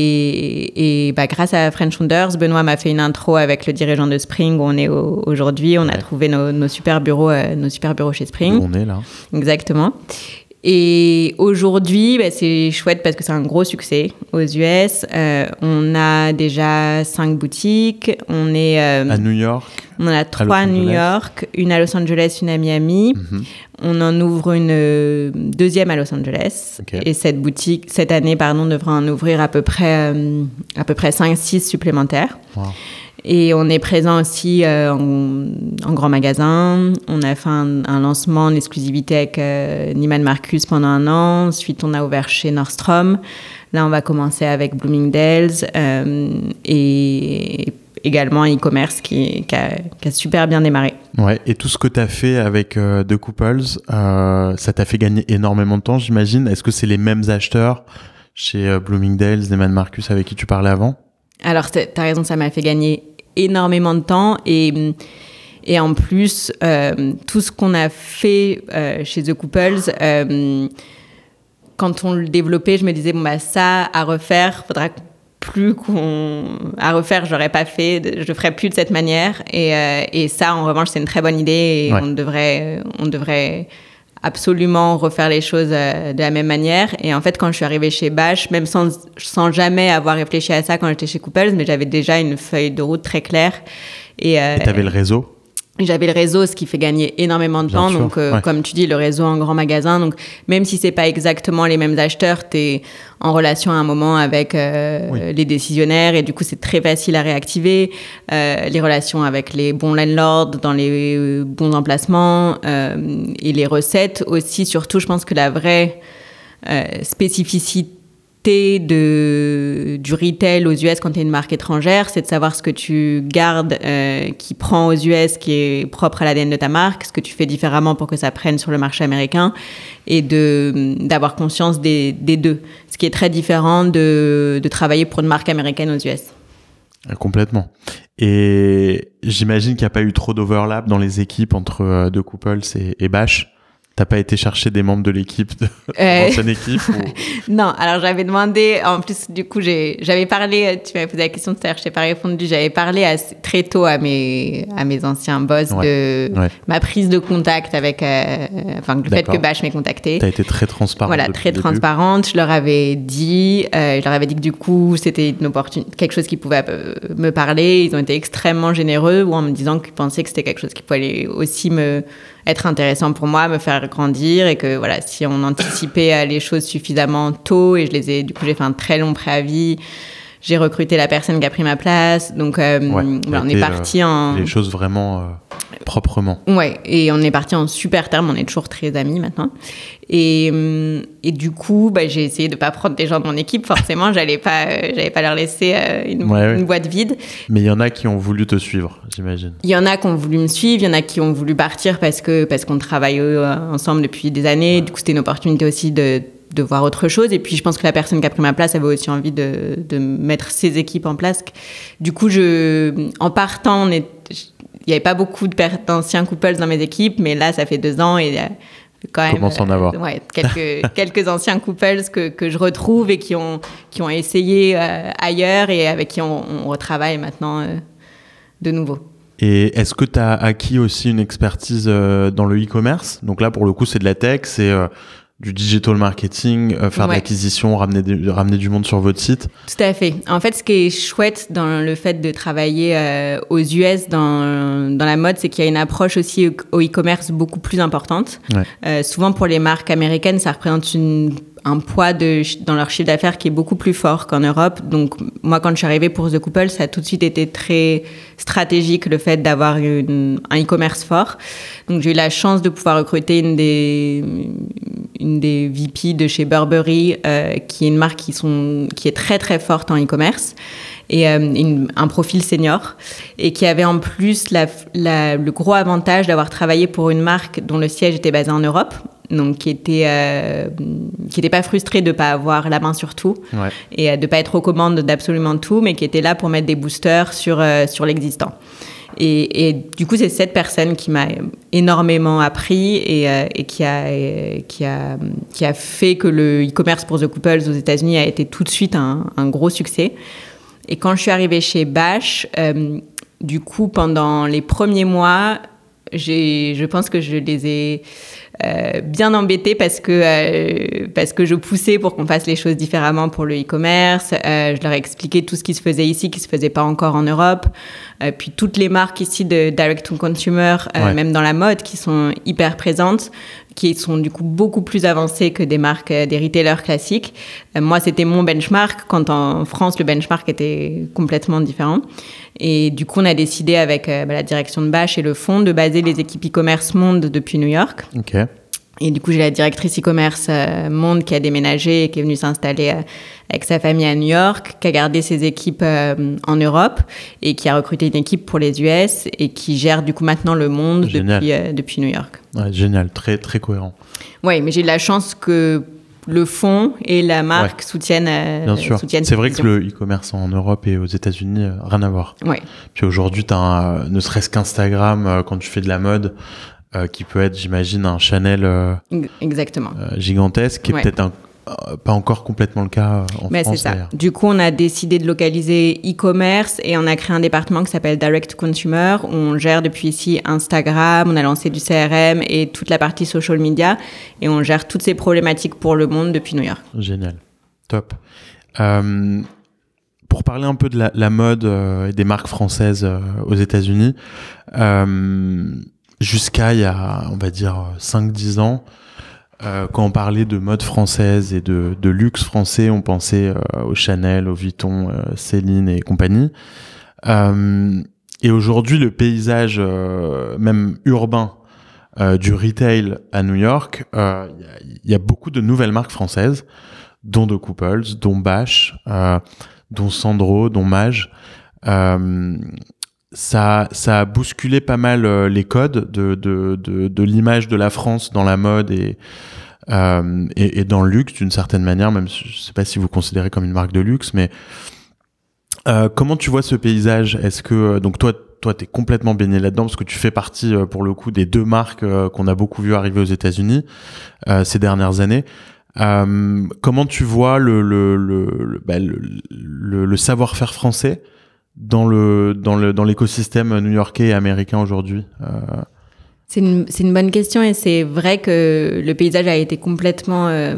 et et bah, grâce à French Founders, Benoît m'a fait une intro avec le dirigeant de Spring où on est au, aujourd'hui. On ouais. a trouvé nos, nos super bureaux, euh, nos super bureaux chez Spring. Où on est là. Exactement. Et aujourd'hui, bah, c'est chouette parce que c'est un gros succès aux U S. Euh, on a déjà cinq boutiques. On est euh, à New York. On en a trois à New York, une à Los Angeles, une à Miami. Mm-hmm. On en ouvre une euh, deuxième à Los Angeles. Okay. Et cette boutique, cette année, pardon, devra en ouvrir à peu près, euh, à peu près cinq six supplémentaires. Wow. Et on est présent aussi euh, en, en grand magasin. On a fait un, un lancement en exclusivité avec euh, Neiman Marcus pendant un an. Ensuite, on a ouvert chez Nordstrom. Là, on va commencer avec Bloomingdale's euh, et également e-commerce qui, qui, a, qui a super bien démarré. Ouais, et tout ce que tu as fait avec euh, The Couples, euh, ça t'a fait gagner énormément de temps, j'imagine. Est-ce que c'est les mêmes acheteurs chez euh, Bloomingdale's, Neiman Marcus avec qui tu parlais avant? Alors, tu as raison, ça m'a fait gagner énormément de temps et, et en plus, euh, tout ce qu'on a fait euh, chez The Couples, euh, quand on le développait, je me disais, bon, bah, ça, à refaire, faudra plus qu'on... À refaire, j'aurais pas fait, je le ferais plus de cette manière. Et, euh, et ça, en revanche, c'est une très bonne idée et ouais. on devrait... On devrait absolument refaire les choses euh, de la même manière. Et en fait, quand je suis arrivée chez Bâche, même sans, sans jamais avoir réfléchi à ça quand j'étais chez Couples, mais j'avais déjà une feuille de route très claire. Et euh, tu avais le réseau? J'avais le réseau, ce qui fait gagner énormément de Bien temps. Sûr. Donc, euh, ouais. comme tu dis, le réseau en grand magasin. Donc, même si c'est pas exactement les mêmes acheteurs, t'es en relation à un moment avec euh, oui. les décisionnaires et du coup, c'est très facile à réactiver. Euh, les relations avec les bons landlords dans les euh, bons emplacements euh, et les recettes aussi. Surtout, je pense que la vraie euh, spécificité De, du retail aux U S quand tu es une marque étrangère, c'est de savoir ce que tu gardes euh, qui prend aux U S, qui est propre à l'A D N de ta marque, ce que tu fais différemment pour que ça prenne sur le marché américain et de, d'avoir conscience des, des deux. Ce qui est très différent de, de travailler pour une marque américaine aux U S. Complètement. Et j'imagine qu'il n'y a pas eu trop d'overlap dans les équipes entre euh, The Couples et, et Bâche. T'as pas été chercher des membres de l'équipe, de euh... l'ancienne équipe ou... Non, alors j'avais demandé, en plus du coup j'ai, j'avais parlé, tu m'avais posé la question tout à l'heure, je t'ai pas répondu, j'avais parlé assez, très tôt à mes, à mes anciens boss ouais, de ouais. ma prise de contact avec, euh, enfin le D'accord. fait que Bâche m'ait contacté. T'as été très transparente. Voilà, très transparente, je leur avais dit, euh, je leur avais dit que du coup c'était une opportunité, quelque chose qui pouvait euh, me parler, ils ont été extrêmement généreux ou en me disant qu'ils pensaient que c'était quelque chose qui pouvait aller aussi me... être intéressant pour moi, me faire grandir et que voilà, si on anticipait les choses suffisamment tôt et je les ai, du coup j'ai fait un très long préavis, j'ai recruté la personne qui a pris ma place, donc euh, ouais, voilà, on est parti euh, en les choses vraiment euh, proprement. Ouais, et on est parti en super termes, on est toujours très amis maintenant. Et et du coup, bah, j'ai essayé de pas prendre des gens de mon équipe, forcément, j'allais pas euh, j'allais pas leur laisser euh, une, ouais, une ouais. boîte vide. Mais il y en a qui ont voulu te suivre, j'imagine. Il y en a qui ont voulu me suivre, il y en a qui ont voulu partir parce que parce qu'on travaille euh, ensemble depuis des années, ouais. Du coup, c'était une opportunité aussi de de voir autre chose. Et puis, je pense que la personne qui a pris ma place avait aussi envie de, de mettre ses équipes en place. Du coup, je, en partant, on est, il n'y avait pas beaucoup de, d'anciens couples dans mes équipes, mais là, ça fait deux ans et quand même. Commence à en avoir. Euh, ouais, quelques, quelques anciens couples que, que je retrouve et qui ont, qui ont essayé euh, ailleurs et avec qui on, on retravaille maintenant euh, de nouveau. Et est-ce que tu as acquis aussi une expertise euh, dans le e-commerce ? Donc là, pour le coup, c'est de la tech, c'est euh, du digital marketing, euh, faire ouais. de l'acquisition, ramener, des, ramener du monde sur votre site. Tout à fait. En fait, ce qui est chouette dans le fait de travailler euh, aux U S dans, dans la mode, c'est qu'il y a une approche aussi au, au e-commerce beaucoup plus importante. Ouais. Euh, souvent, pour les marques américaines, ça représente une... un poids de, dans leur chiffre d'affaires qui est beaucoup plus fort qu'en Europe. Donc, moi, quand je suis arrivée pour The Couple, ça a tout de suite été très stratégique, le fait d'avoir une, un e-commerce fort. Donc, j'ai eu la chance de pouvoir recruter une des, une des V P de chez Burberry, euh, qui est une marque qui, sont, qui est très, très forte en e-commerce, et euh, une, un profil senior, et qui avait en plus la, la, le gros avantage d'avoir travaillé pour une marque dont le siège était basé en Europe, donc qui était euh, qui était pas frustré de pas avoir la main sur tout ouais. et euh, de pas être aux commandes d'absolument tout, mais qui était là pour mettre des boosters sur euh, sur l'existant. Et, et du coup, c'est cette personne qui m'a énormément appris et, euh, et qui a et, qui a qui a fait que le e-commerce pour The Couples aux États-Unis a été tout de suite un, un gros succès. Et quand je suis arrivée chez Bash, euh, du coup, pendant les premiers mois, j'ai, je pense que je les ai euh, bien embêtés parce que, euh, parce que je poussais pour qu'on fasse les choses différemment pour le e-commerce. Euh, je leur ai expliqué tout ce qui se faisait ici, qui ne se faisait pas encore en Europe. Euh, puis toutes les marques ici de direct-to-consumer, euh, ouais. même dans la mode, qui sont hyper présentes, qui sont du coup beaucoup plus avancées que des marques, euh, des retailers classiques. Euh, moi, c'était mon benchmark, quand en France, le benchmark était complètement différent. Et du coup, on a décidé avec euh, bah, la direction de Bash et le fonds de baser les équipes e-commerce monde depuis New York. Ok. Et du coup, j'ai la directrice e-commerce euh, monde qui a déménagé et qui est venue s'installer euh, avec sa famille à New York, qui a gardé ses équipes euh, en Europe et qui a recruté une équipe pour les U S et qui gère du coup maintenant le monde depuis, euh, depuis New York. Ouais, génial, très, très cohérent. Oui, mais j'ai de la chance que le fonds et la marque ouais. soutiennent, euh, Bien sûr. soutiennent c'est vrai vision. Que le e-commerce en Europe et aux États-Unis, euh, rien à voir. Ouais. Puis aujourd'hui, tu as ne serait-ce qu'Instagram, euh, quand tu fais de la mode, euh, qui peut être, j'imagine, un channel euh, Exactement. Euh, gigantesque, qui est ouais. peut-être un, euh, pas encore complètement le cas en Mais France. C'est ça. D'ailleurs. Du coup, on a décidé de localiser e-commerce et on a créé un département qui s'appelle Direct Consumer. Où on gère depuis ici Instagram, on a lancé du C R M et toute la partie social media. Et on gère toutes ces problématiques pour le monde depuis New York. Génial. Top. Euh, pour parler un peu de la, la mode euh, et des marques françaises euh, aux États-Unis, euh, jusqu'à il y a, on va dire, cinq dix ans, euh, quand on parlait de mode française et de, de luxe français, on pensait euh, au Chanel, au Vuitton, euh, Céline et compagnie. Euh, et aujourd'hui, le paysage, euh, même urbain, euh, du retail à New York, il euh, y, y a beaucoup de nouvelles marques françaises, dont The Couples, dont Bash, euh, dont Sandro, dont Mage. Euh, ça, ça a bousculé pas mal euh, les codes de, de, de, de l'image de la France dans la mode et, euh, et, et dans le luxe d'une certaine manière, même si, je sais pas si vous considérez comme une marque de luxe, mais euh, comment tu vois ce paysage ? Est-ce que, donc toi, toi, t'es complètement baigné là-dedans parce que tu fais partie, euh, pour le coup, des deux marques euh, qu'on a beaucoup vu arriver aux États-Unis euh, ces dernières années. Euh, comment tu vois le, le, le, le, bah, le, le, le savoir-faire français dans le dans le dans l'écosystème new-yorkais et américain aujourd'hui? euh... C'est une c'est une bonne question et c'est vrai que le paysage a été complètement euh,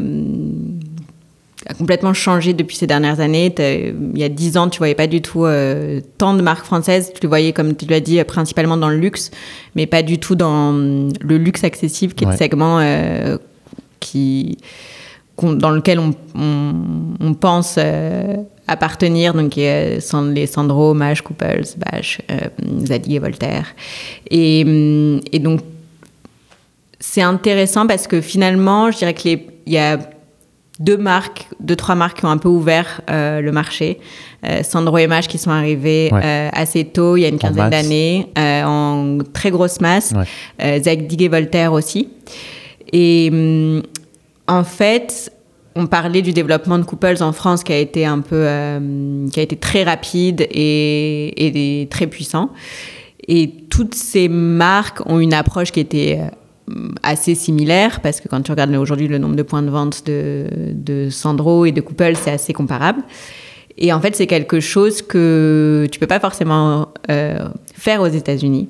a complètement changé depuis ces dernières années. Il y a dix ans, tu voyais pas du tout euh, tant de marques françaises. Tu les voyais, comme tu l'as dit, principalement dans le luxe, mais pas du tout dans le luxe accessible, qui est ouais. le segment euh, qui dans lequel on, on, on pense euh, appartenir, donc euh, les Sandro, Mage, Couples, Bash, euh, Zadig et Voltaire. Et, et donc, c'est intéressant parce que finalement, je dirais qu'il y a deux marques, deux, trois marques qui ont un peu ouvert euh, le marché. Euh, Sandro et Mage qui sont arrivés ouais. euh, assez tôt, il y a une quinzaine d'années, euh, en très grosse masse. Ouais. Euh, Zadig et Voltaire aussi. Et hum, en fait, on parlait du développement de Couples en France qui a été un peu, euh, qui a été très rapide et, et très puissant. Et toutes ces marques ont une approche qui était assez similaires, parce que quand tu regardes aujourd'hui le nombre de points de vente de, de Sandro et de Couple, c'est assez comparable. Et en fait, c'est quelque chose que tu peux pas forcément euh, faire aux États-Unis.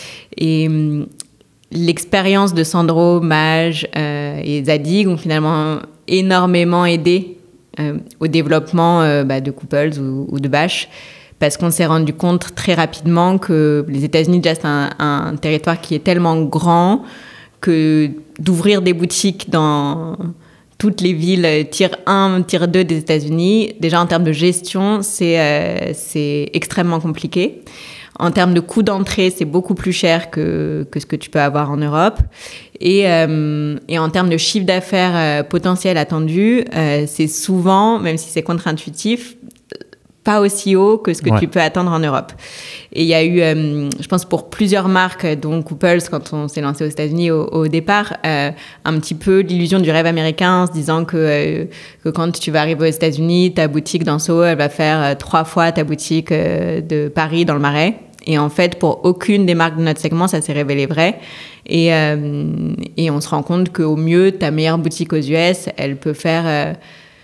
Et euh, l'expérience de Sandro, Maj euh, et Zadig ont finalement énormément aidé euh, au développement euh, bah, de Couples ou, ou de Bash, parce qu'on s'est rendu compte très rapidement que les États-Unis, déjà, c'est un, un territoire qui est tellement grand que d'ouvrir des boutiques dans toutes les villes tier un, tier deux des États-Unis, déjà en termes de gestion, c'est, euh, c'est extrêmement compliqué. En termes de coût d'entrée, c'est beaucoup plus cher que, que ce que tu peux avoir en Europe. Et, euh, et en termes de chiffre d'affaires euh, potentiel attendu, euh, c'est souvent, même si c'est contre-intuitif, pas aussi haut que ce que ouais. tu peux attendre en Europe. Et il y a eu, euh, je pense, pour plusieurs marques, dont Couples, quand on s'est lancé aux États-Unis au, au départ, euh, un petit peu l'illusion du rêve américain, en se disant que, euh, que quand tu vas arriver aux États-Unis, ta boutique dans Soho, elle va faire euh, trois fois ta boutique euh, de Paris dans le Marais. Et en fait, pour aucune des marques de notre segment, ça s'est révélé vrai. Et, euh, et on se rend compte qu'au mieux, ta meilleure boutique aux U S, elle peut faire... Euh,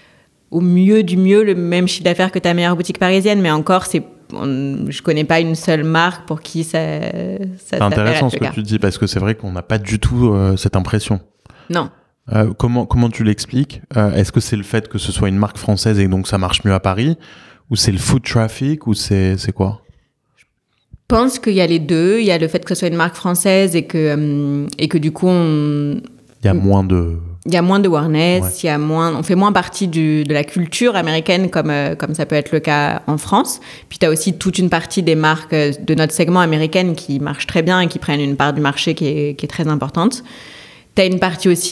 au mieux du mieux le même chiffre d'affaires que ta meilleure boutique parisienne, mais encore, c'est, on, je connais pas une seule marque pour qui ça, ça c'est intéressant ce que tu dis, parce que c'est vrai qu'on n'a pas du tout euh, cette impression. Non. Euh, comment, comment tu l'expliques ? euh, Est-ce que c'est le fait que ce soit une marque française et donc ça marche mieux à Paris ? Ou c'est le foot traffic ? Ou c'est, c'est quoi ? Je pense qu'il y a les deux. Il y a le fait que ce soit une marque française et que, euh, et que du coup, on... il y a moins de... Il y a moins de awareness, ouais. il y a moins, on fait moins partie du, de la culture américaine comme, euh, comme ça peut être le cas en France. Puis tu as aussi toute une partie des marques de notre segment américaine qui marchent très bien et qui prennent une part du marché qui est, qui est très importante. Tu as une partie aussi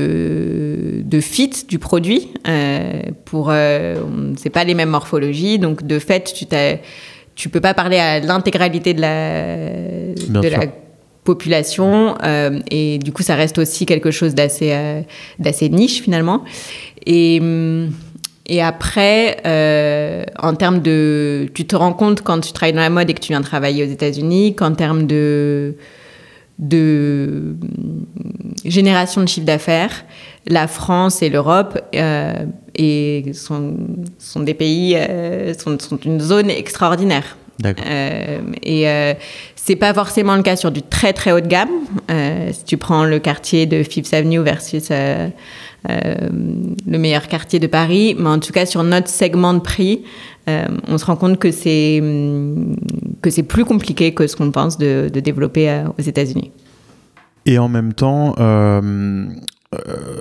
de, de fit du produit. Euh, pour, euh, c'est pas les mêmes morphologies, donc de fait, tu t'as, tu peux pas parler à l'intégralité de la, bien de sûr. la population euh, et du coup ça reste aussi quelque chose d'assez euh, d'assez niche finalement et et après euh, en termes de tu te rends compte quand tu travailles dans la mode et que tu viens travailler aux États-Unis qu'en termes de de génération de chiffre d'affaires, la France et l'Europe euh, et sont sont des pays euh, sont sont une zone extraordinaire. D'accord. Euh, et euh, c'est pas forcément le cas sur du très très haut de gamme. Euh, si tu prends le quartier de Fifth Avenue versus euh, euh, le meilleur quartier de Paris, mais en tout cas sur notre segment de prix, euh, on se rend compte que c'est que c'est plus compliqué que ce qu'on pense de, de développer euh, aux États-Unis. Et en même temps, euh, euh,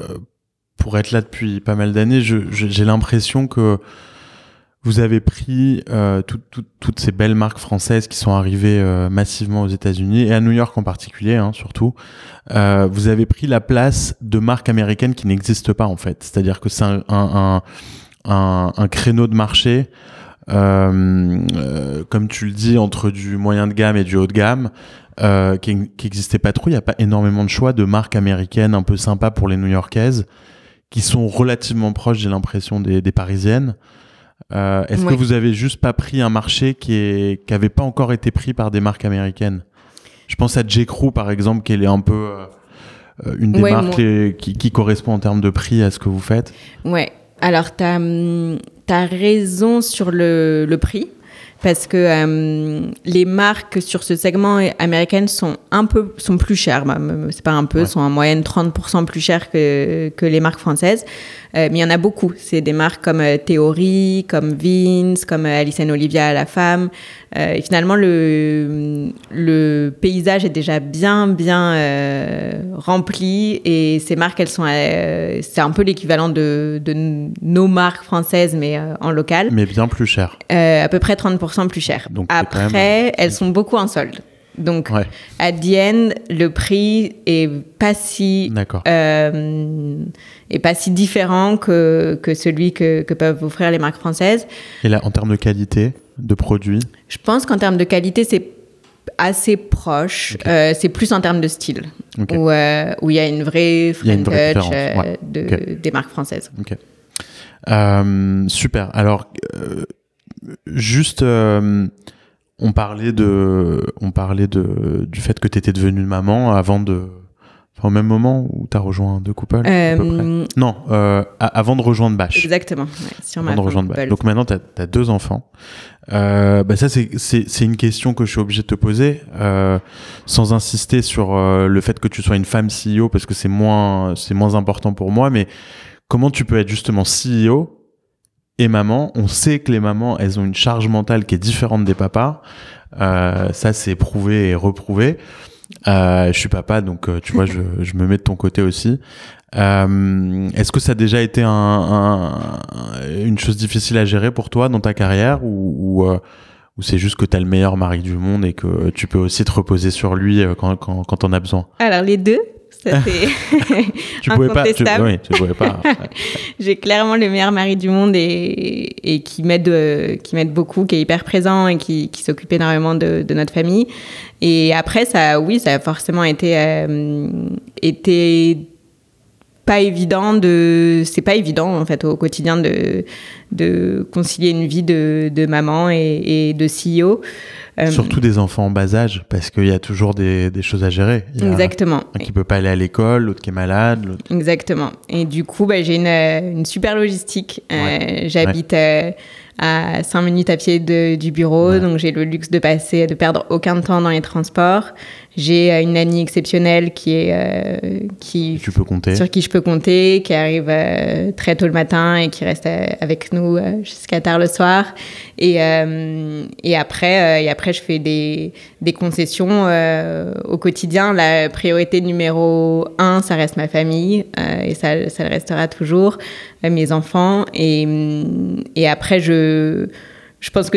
pour être là depuis pas mal d'années, je, je, j'ai l'impression que vous avez pris euh, tout, tout, toutes ces belles marques françaises qui sont arrivées euh, massivement aux États-Unis et à New York en particulier, hein, surtout. Euh, vous avez pris la place de marques américaines qui n'existent pas en fait. C'est-à-dire que c'est un, un, un, un créneau de marché, euh, euh, comme tu le dis, entre du moyen de gamme et du haut de gamme, euh, qui n'existait pas trop. Il n'y a pas énormément de choix de marques américaines un peu sympas pour les New-Yorkaises, qui sont relativement proches, j'ai l'impression, des, des Parisiennes. Euh, est-ce ouais. que vous avez juste pas pris un marché qui est qui avait pas encore été pris par des marques américaines ? Je pense à J. Crew par exemple, qui est un peu euh, une des ouais, marques les, qui, qui correspond en termes de prix à ce que vous faites. Ouais. Alors t'as t'as raison sur le le prix. Parce que euh, les marques sur ce segment américain sont un peu sont plus chères, c'est pas un peu, ouais. sont en moyenne trente pour cent plus chères que que les marques françaises. Euh, mais il y en a beaucoup. C'est des marques comme euh, Theory, comme Vince, comme euh, Alice and Olivia à la femme. Euh, et finalement, le le paysage est déjà bien bien euh, rempli et ces marques, elles sont euh, c'est un peu l'équivalent de de nos marques françaises mais euh, en local. Mais bien plus cher. Euh, à peu près trente pour cent plus cher. Donc, après, même... elles sont beaucoup en solde. Donc, ouais. à the end, le prix est pas si euh, est pas si différent que que celui que que peuvent offrir les marques françaises. Et là, en termes de qualité de produits, je pense qu'en termes de qualité, c'est assez proche. Okay. Euh, c'est plus en termes de style, okay. où euh, où il y a une vraie French touch euh, ouais. de okay. des marques françaises. Okay. Euh, super. Alors, euh, juste. Euh, On parlait de, on parlait de, du fait que tu étais devenue maman avant de, Enfin, au même moment où tu as rejoint The Couple euh, à peu près. Non, euh, avant de rejoindre Bâche. Exactement. Ouais, sur avant ma de rejoindre Bâche. Donc maintenant, tu as deux enfants. Euh, bah ça, c'est, c'est, c'est une question que je suis obligé de te poser, euh, sans insister sur euh, le fait que tu sois une femme C E O, parce que c'est moins, c'est moins important pour moi. Mais comment tu peux être justement C E O et maman? On sait que les mamans, elles ont une charge mentale qui est différente des papas. Euh, ça, c'est prouvé et reprouvé. Euh, je suis papa, donc euh, tu vois, je, je me mets de ton côté aussi. Euh, est-ce que ça a déjà été un, un, une chose difficile à gérer pour toi dans ta carrière, ou, ou, euh, ou c'est juste que tu as le meilleur mari du monde et que tu peux aussi te reposer sur lui quand, quand, quand t'en as besoin? Alors, les deux. Ça, c'est tu pouvais pas, tu, oui, tu pouvais pas. J'ai clairement le meilleur mari du monde et, et qui m'aide, euh, qui m'aide beaucoup, qui est hyper présent et qui, qui s'occupe énormément de, de notre famille. Et après, ça, oui, ça a forcément été, euh, été pas évident de, c'est pas évident en fait au quotidien de, de concilier une vie de, de maman et, et de C E O. Euh, Surtout des enfants en bas âge, parce qu'il y a toujours des, des choses à gérer. Il y a exactement. Un qui peut pas aller à l'école, l'autre qui est malade. L'autre... Exactement. Et du coup, bah, j'ai une, une super logistique. Ouais. Euh, j'habite ouais. euh, à cinq minutes à pied de, du bureau, ouais. donc j'ai le luxe de passer, de perdre aucun temps dans les transports. J'ai euh, une nanny exceptionnelle qui est euh, qui tu peux compter. Sur qui je peux compter, qui arrive euh, très tôt le matin et qui reste euh, avec nous euh, jusqu'à tard le soir. Et euh, et après euh, et après je fais des des concessions euh, au quotidien. La priorité numéro un, ça reste ma famille euh, et ça ça le restera toujours, euh, mes enfants. Et et après je je pense que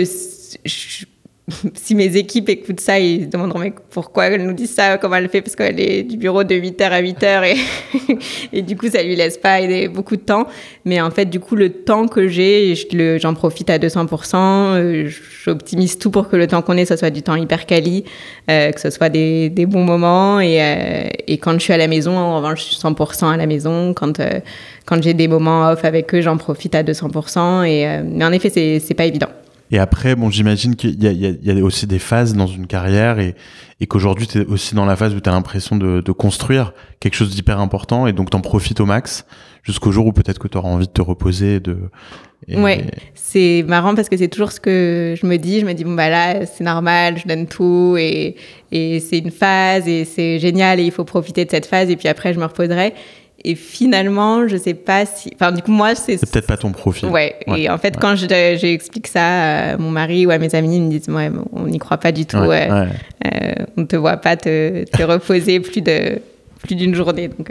je, si mes équipes écoutent ça, ils se demanderont mais pourquoi elle nous dit ça, comment elle fait, parce qu'elle est du bureau de huit heures à huit heures et, et du coup ça lui laisse pas beaucoup de temps. Mais en fait du coup le temps que j'ai, je le, j'en profite à deux cents pour cent, euh, j'optimise tout pour que le temps qu'on ait, ça soit du temps hyper quali, euh, que ce soit des, des bons moments et, euh, et quand je suis à la maison, en revanche je suis cent pour cent à la maison. Quand, euh, quand j'ai des moments off avec eux, j'en profite à deux cents pour cent et, euh, mais en effet c'est, c'est pas évident. Et après, bon, j'imagine qu'il y a, il y a, il y a aussi des phases dans une carrière et, et qu'aujourd'hui, tu es aussi dans la phase où tu as l'impression de, de construire quelque chose d'hyper important et donc t'en profites au max jusqu'au jour où peut-être que tu auras envie de te reposer. De, et... Ouais, c'est marrant parce que c'est toujours ce que je me dis. Je me dis, bon, bah là, c'est normal, je donne tout et, et c'est une phase et c'est génial et il faut profiter de cette phase et puis après, je me reposerai. Et finalement, je sais pas si... Enfin, du coup, moi, c'est... C'est peut-être pas ton profil. Ouais. ouais. Et en fait, ouais. quand je, j'explique ça à mon mari ou à mes amis, ils me disent, ouais, on n'y croit pas du tout. Ouais. Euh, ouais. Euh, on ne te voit pas te, te reposer plus, de, plus d'une journée. Donc.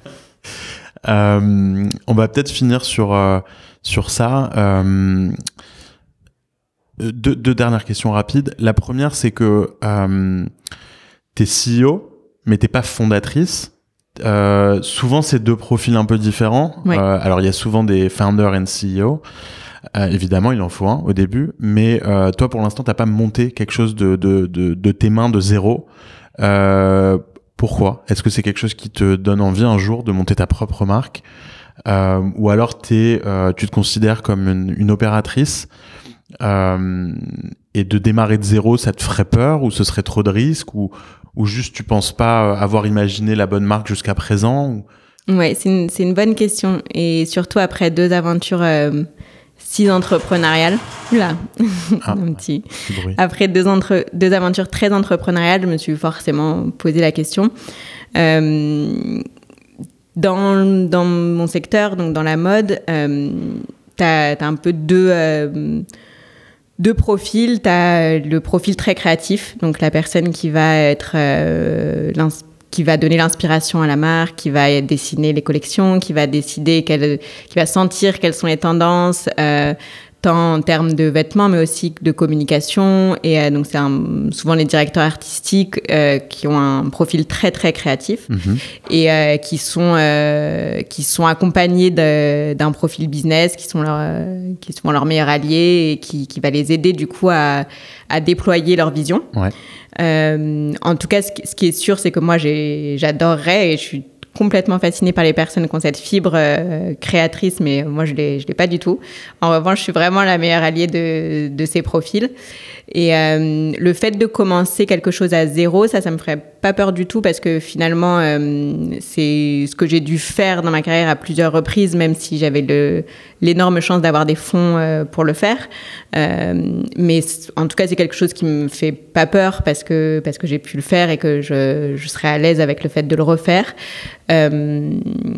Euh, on va peut-être finir sur, euh, sur ça. Euh, deux, deux dernières questions rapides. La première, c'est que euh, t'es C E O, mais t'es pas fondatrice. Euh, souvent, c'est deux profils un peu différents. Ouais. Euh, alors, il y a souvent des founders and C E O. Euh, évidemment, il en faut un au début. Mais euh, toi, pour l'instant, t'as pas monté quelque chose de, de, de, de tes mains de zéro. Euh, pourquoi ? Est-ce que c'est quelque chose qui te donne envie un jour de monter ta propre marque ? euh, Ou alors, t'es, euh, tu te considères comme une, une opératrice euh, et de démarrer de zéro, ça te ferait peur ou ce serait trop de risques ou ou juste tu penses pas avoir imaginé la bonne marque jusqu'à présent ou... Ouais, c'est une, c'est une bonne question. Et surtout après deux aventures euh, si entrepreneuriales. Oula, ah, un petit. petit bruit. Après deux, entre, deux aventures très entrepreneuriales, je me suis forcément posé la question. Euh, dans, dans mon secteur, donc dans la mode, euh, t'as, t'as un peu deux... Euh, Deux profils, tu as le profil très créatif, donc la personne qui va être euh, qui va donner l'inspiration à la marque, qui va dessiner les collections, qui va décider, quelle, qui va sentir quelles sont les tendances, euh, tant en termes de vêtements, mais aussi de communication. Et euh, donc, c'est un, souvent les directeurs artistiques euh, qui ont un profil très, très créatif mmh. et euh, qui, sont, euh, qui sont accompagnés de, d'un profil business, qui sont, leur, euh, qui sont leurs meilleurs alliés et qui, qui va les aider, du coup, à, à déployer leur vision. Ouais. Euh, en tout cas, ce, ce qui est sûr, c'est que moi, j'ai, j'adorerais et je suis complètement fascinée par les personnes qui ont cette fibre euh, créatrice, mais moi, je ne l'ai, je l'ai pas du tout. En revanche, je suis vraiment la meilleure alliée de, de ces profils. Et euh, le fait de commencer quelque chose à zéro, ça, ça me ferait pas peur du tout parce que finalement, euh, c'est ce que j'ai dû faire dans ma carrière à plusieurs reprises, même si j'avais le, l'énorme chance d'avoir des fonds euh, pour le faire. Euh, mais en tout cas, c'est quelque chose qui me fait pas peur parce que, parce que j'ai pu le faire et que je, je serais à l'aise avec le fait de le refaire. Euh,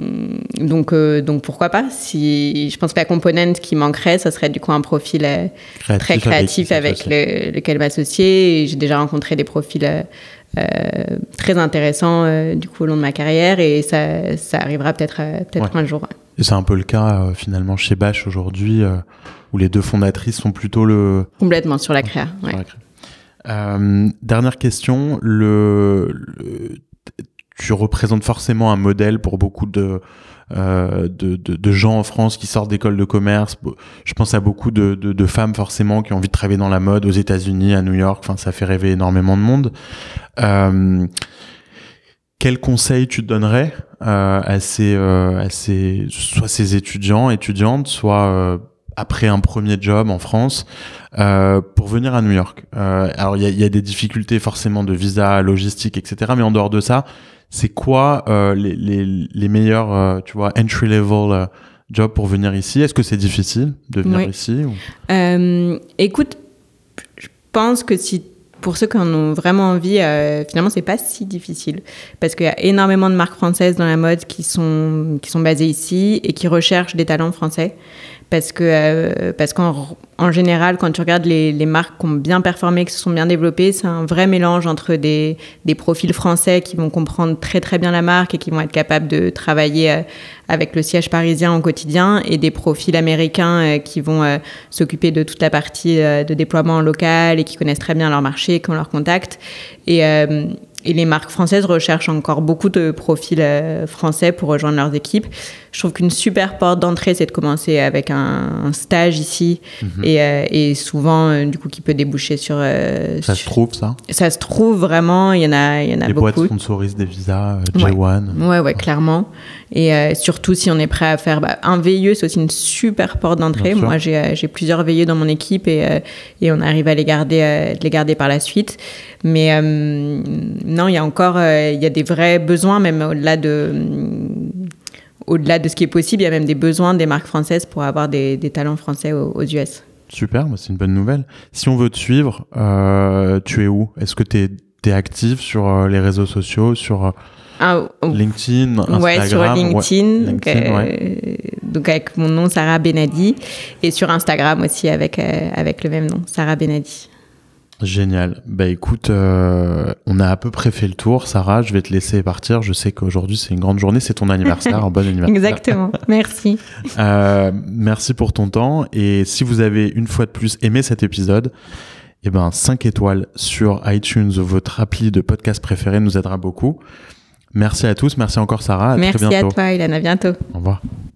donc, euh, donc pourquoi pas. Si, je pense que la componente qui manquerait, ça serait du coup un profil euh, créatif très créatif avec, avec le, lequel m'associer. Et j'ai déjà rencontré des profils euh, euh, très intéressants euh, du coup au long de ma carrière et ça, ça arrivera peut-être, euh, peut-être ouais. un jour. Ouais. Et c'est un peu le cas euh, finalement chez Bash aujourd'hui euh, où les deux fondatrices sont plutôt le... Complètement sur la créa. Ouais. Sur la créa. Euh, dernière question, le, le tu représentes forcément un modèle pour beaucoup de, euh, de, de, de gens en France qui sortent d'écoles de commerce. Je pense à beaucoup de, de, de femmes forcément qui ont envie de travailler dans la mode aux États-Unis, à New York. Enfin, ça fait rêver énormément de monde. Euh, quel conseil tu te donnerais euh, à ces, euh, à ces, soit ces étudiants, étudiantes, soit euh, après un premier job en France, euh, pour venir à New York? euh, Alors, il y a, y a des difficultés forcément de visa, logistique, et cetera. Mais en dehors de ça, c'est quoi euh, les, les, les meilleurs, euh, tu vois, entry-level euh, jobs pour venir ici? Est-ce que c'est difficile de venir oui. ici ou... euh, Écoute, je pense que si pour ceux qui en ont vraiment envie, euh, finalement, c'est pas si difficile parce qu'il y a énormément de marques françaises dans la mode qui sont qui sont basées ici et qui recherchent des talents français. Parce que euh, parce qu'en en général, quand tu regardes les, les marques qui ont bien performé, qui se sont bien développées, c'est un vrai mélange entre des, des profils français qui vont comprendre très très bien la marque et qui vont être capables de travailler euh, avec le siège parisien au quotidien et des profils américains euh, qui vont euh, s'occuper de toute la partie euh, de déploiement local et qui connaissent très bien leur marché, qui ont leurs contacts. Et euh, Et les marques françaises recherchent encore beaucoup de profils euh, français pour rejoindre leurs équipes. Je trouve qu'une super porte d'entrée, c'est de commencer avec un, un stage ici mmh. et, euh, et souvent, euh, du coup, qui peut déboucher sur... Euh, ça sur... se trouve, ça Ça se trouve vraiment, il y en a, il y en a les beaucoup. Les boîtes sponsorisent des visas, euh, J un. Ouais, ouais, ouais clairement. Et euh, surtout, si on est prêt à faire... Bah, un V I E, c'est aussi une super porte d'entrée. Moi, j'ai, euh, j'ai plusieurs V I E dans mon équipe et, euh, et on arrive à les garder, euh, les garder par la suite. Mais euh, non, il y a encore euh, il y a des vrais besoins, même au-delà de, euh, au-delà de ce qui est possible. Il y a même des besoins des marques françaises pour avoir des, des talents français aux, aux U S. Super, c'est une bonne nouvelle. Si on veut te suivre, euh, tu es où? Est-ce que tu es active sur euh, les réseaux sociaux, sur... Euh... Ah, oh. LinkedIn, Instagram. Ouais, sur LinkedIn, ouais. LinkedIn donc, euh, ouais. donc avec mon nom Sarah Benadi et sur Instagram aussi avec euh, avec le même nom, Sarah Benadi. Génial. Bah écoute, euh, on a à peu près fait le tour, Sarah. Je vais te laisser partir. Je sais qu'aujourd'hui c'est une grande journée, c'est ton anniversaire, un bon anniversaire. Exactement. Merci. Euh, merci pour ton temps. Et si vous avez une fois de plus aimé cet épisode, eh ben cinq étoiles sur iTunes ou votre appli de podcast préféré nous aidera beaucoup. Merci à tous. Merci encore, Sarah. À merci très bientôt. à toi, Ilan. À bientôt. Au revoir.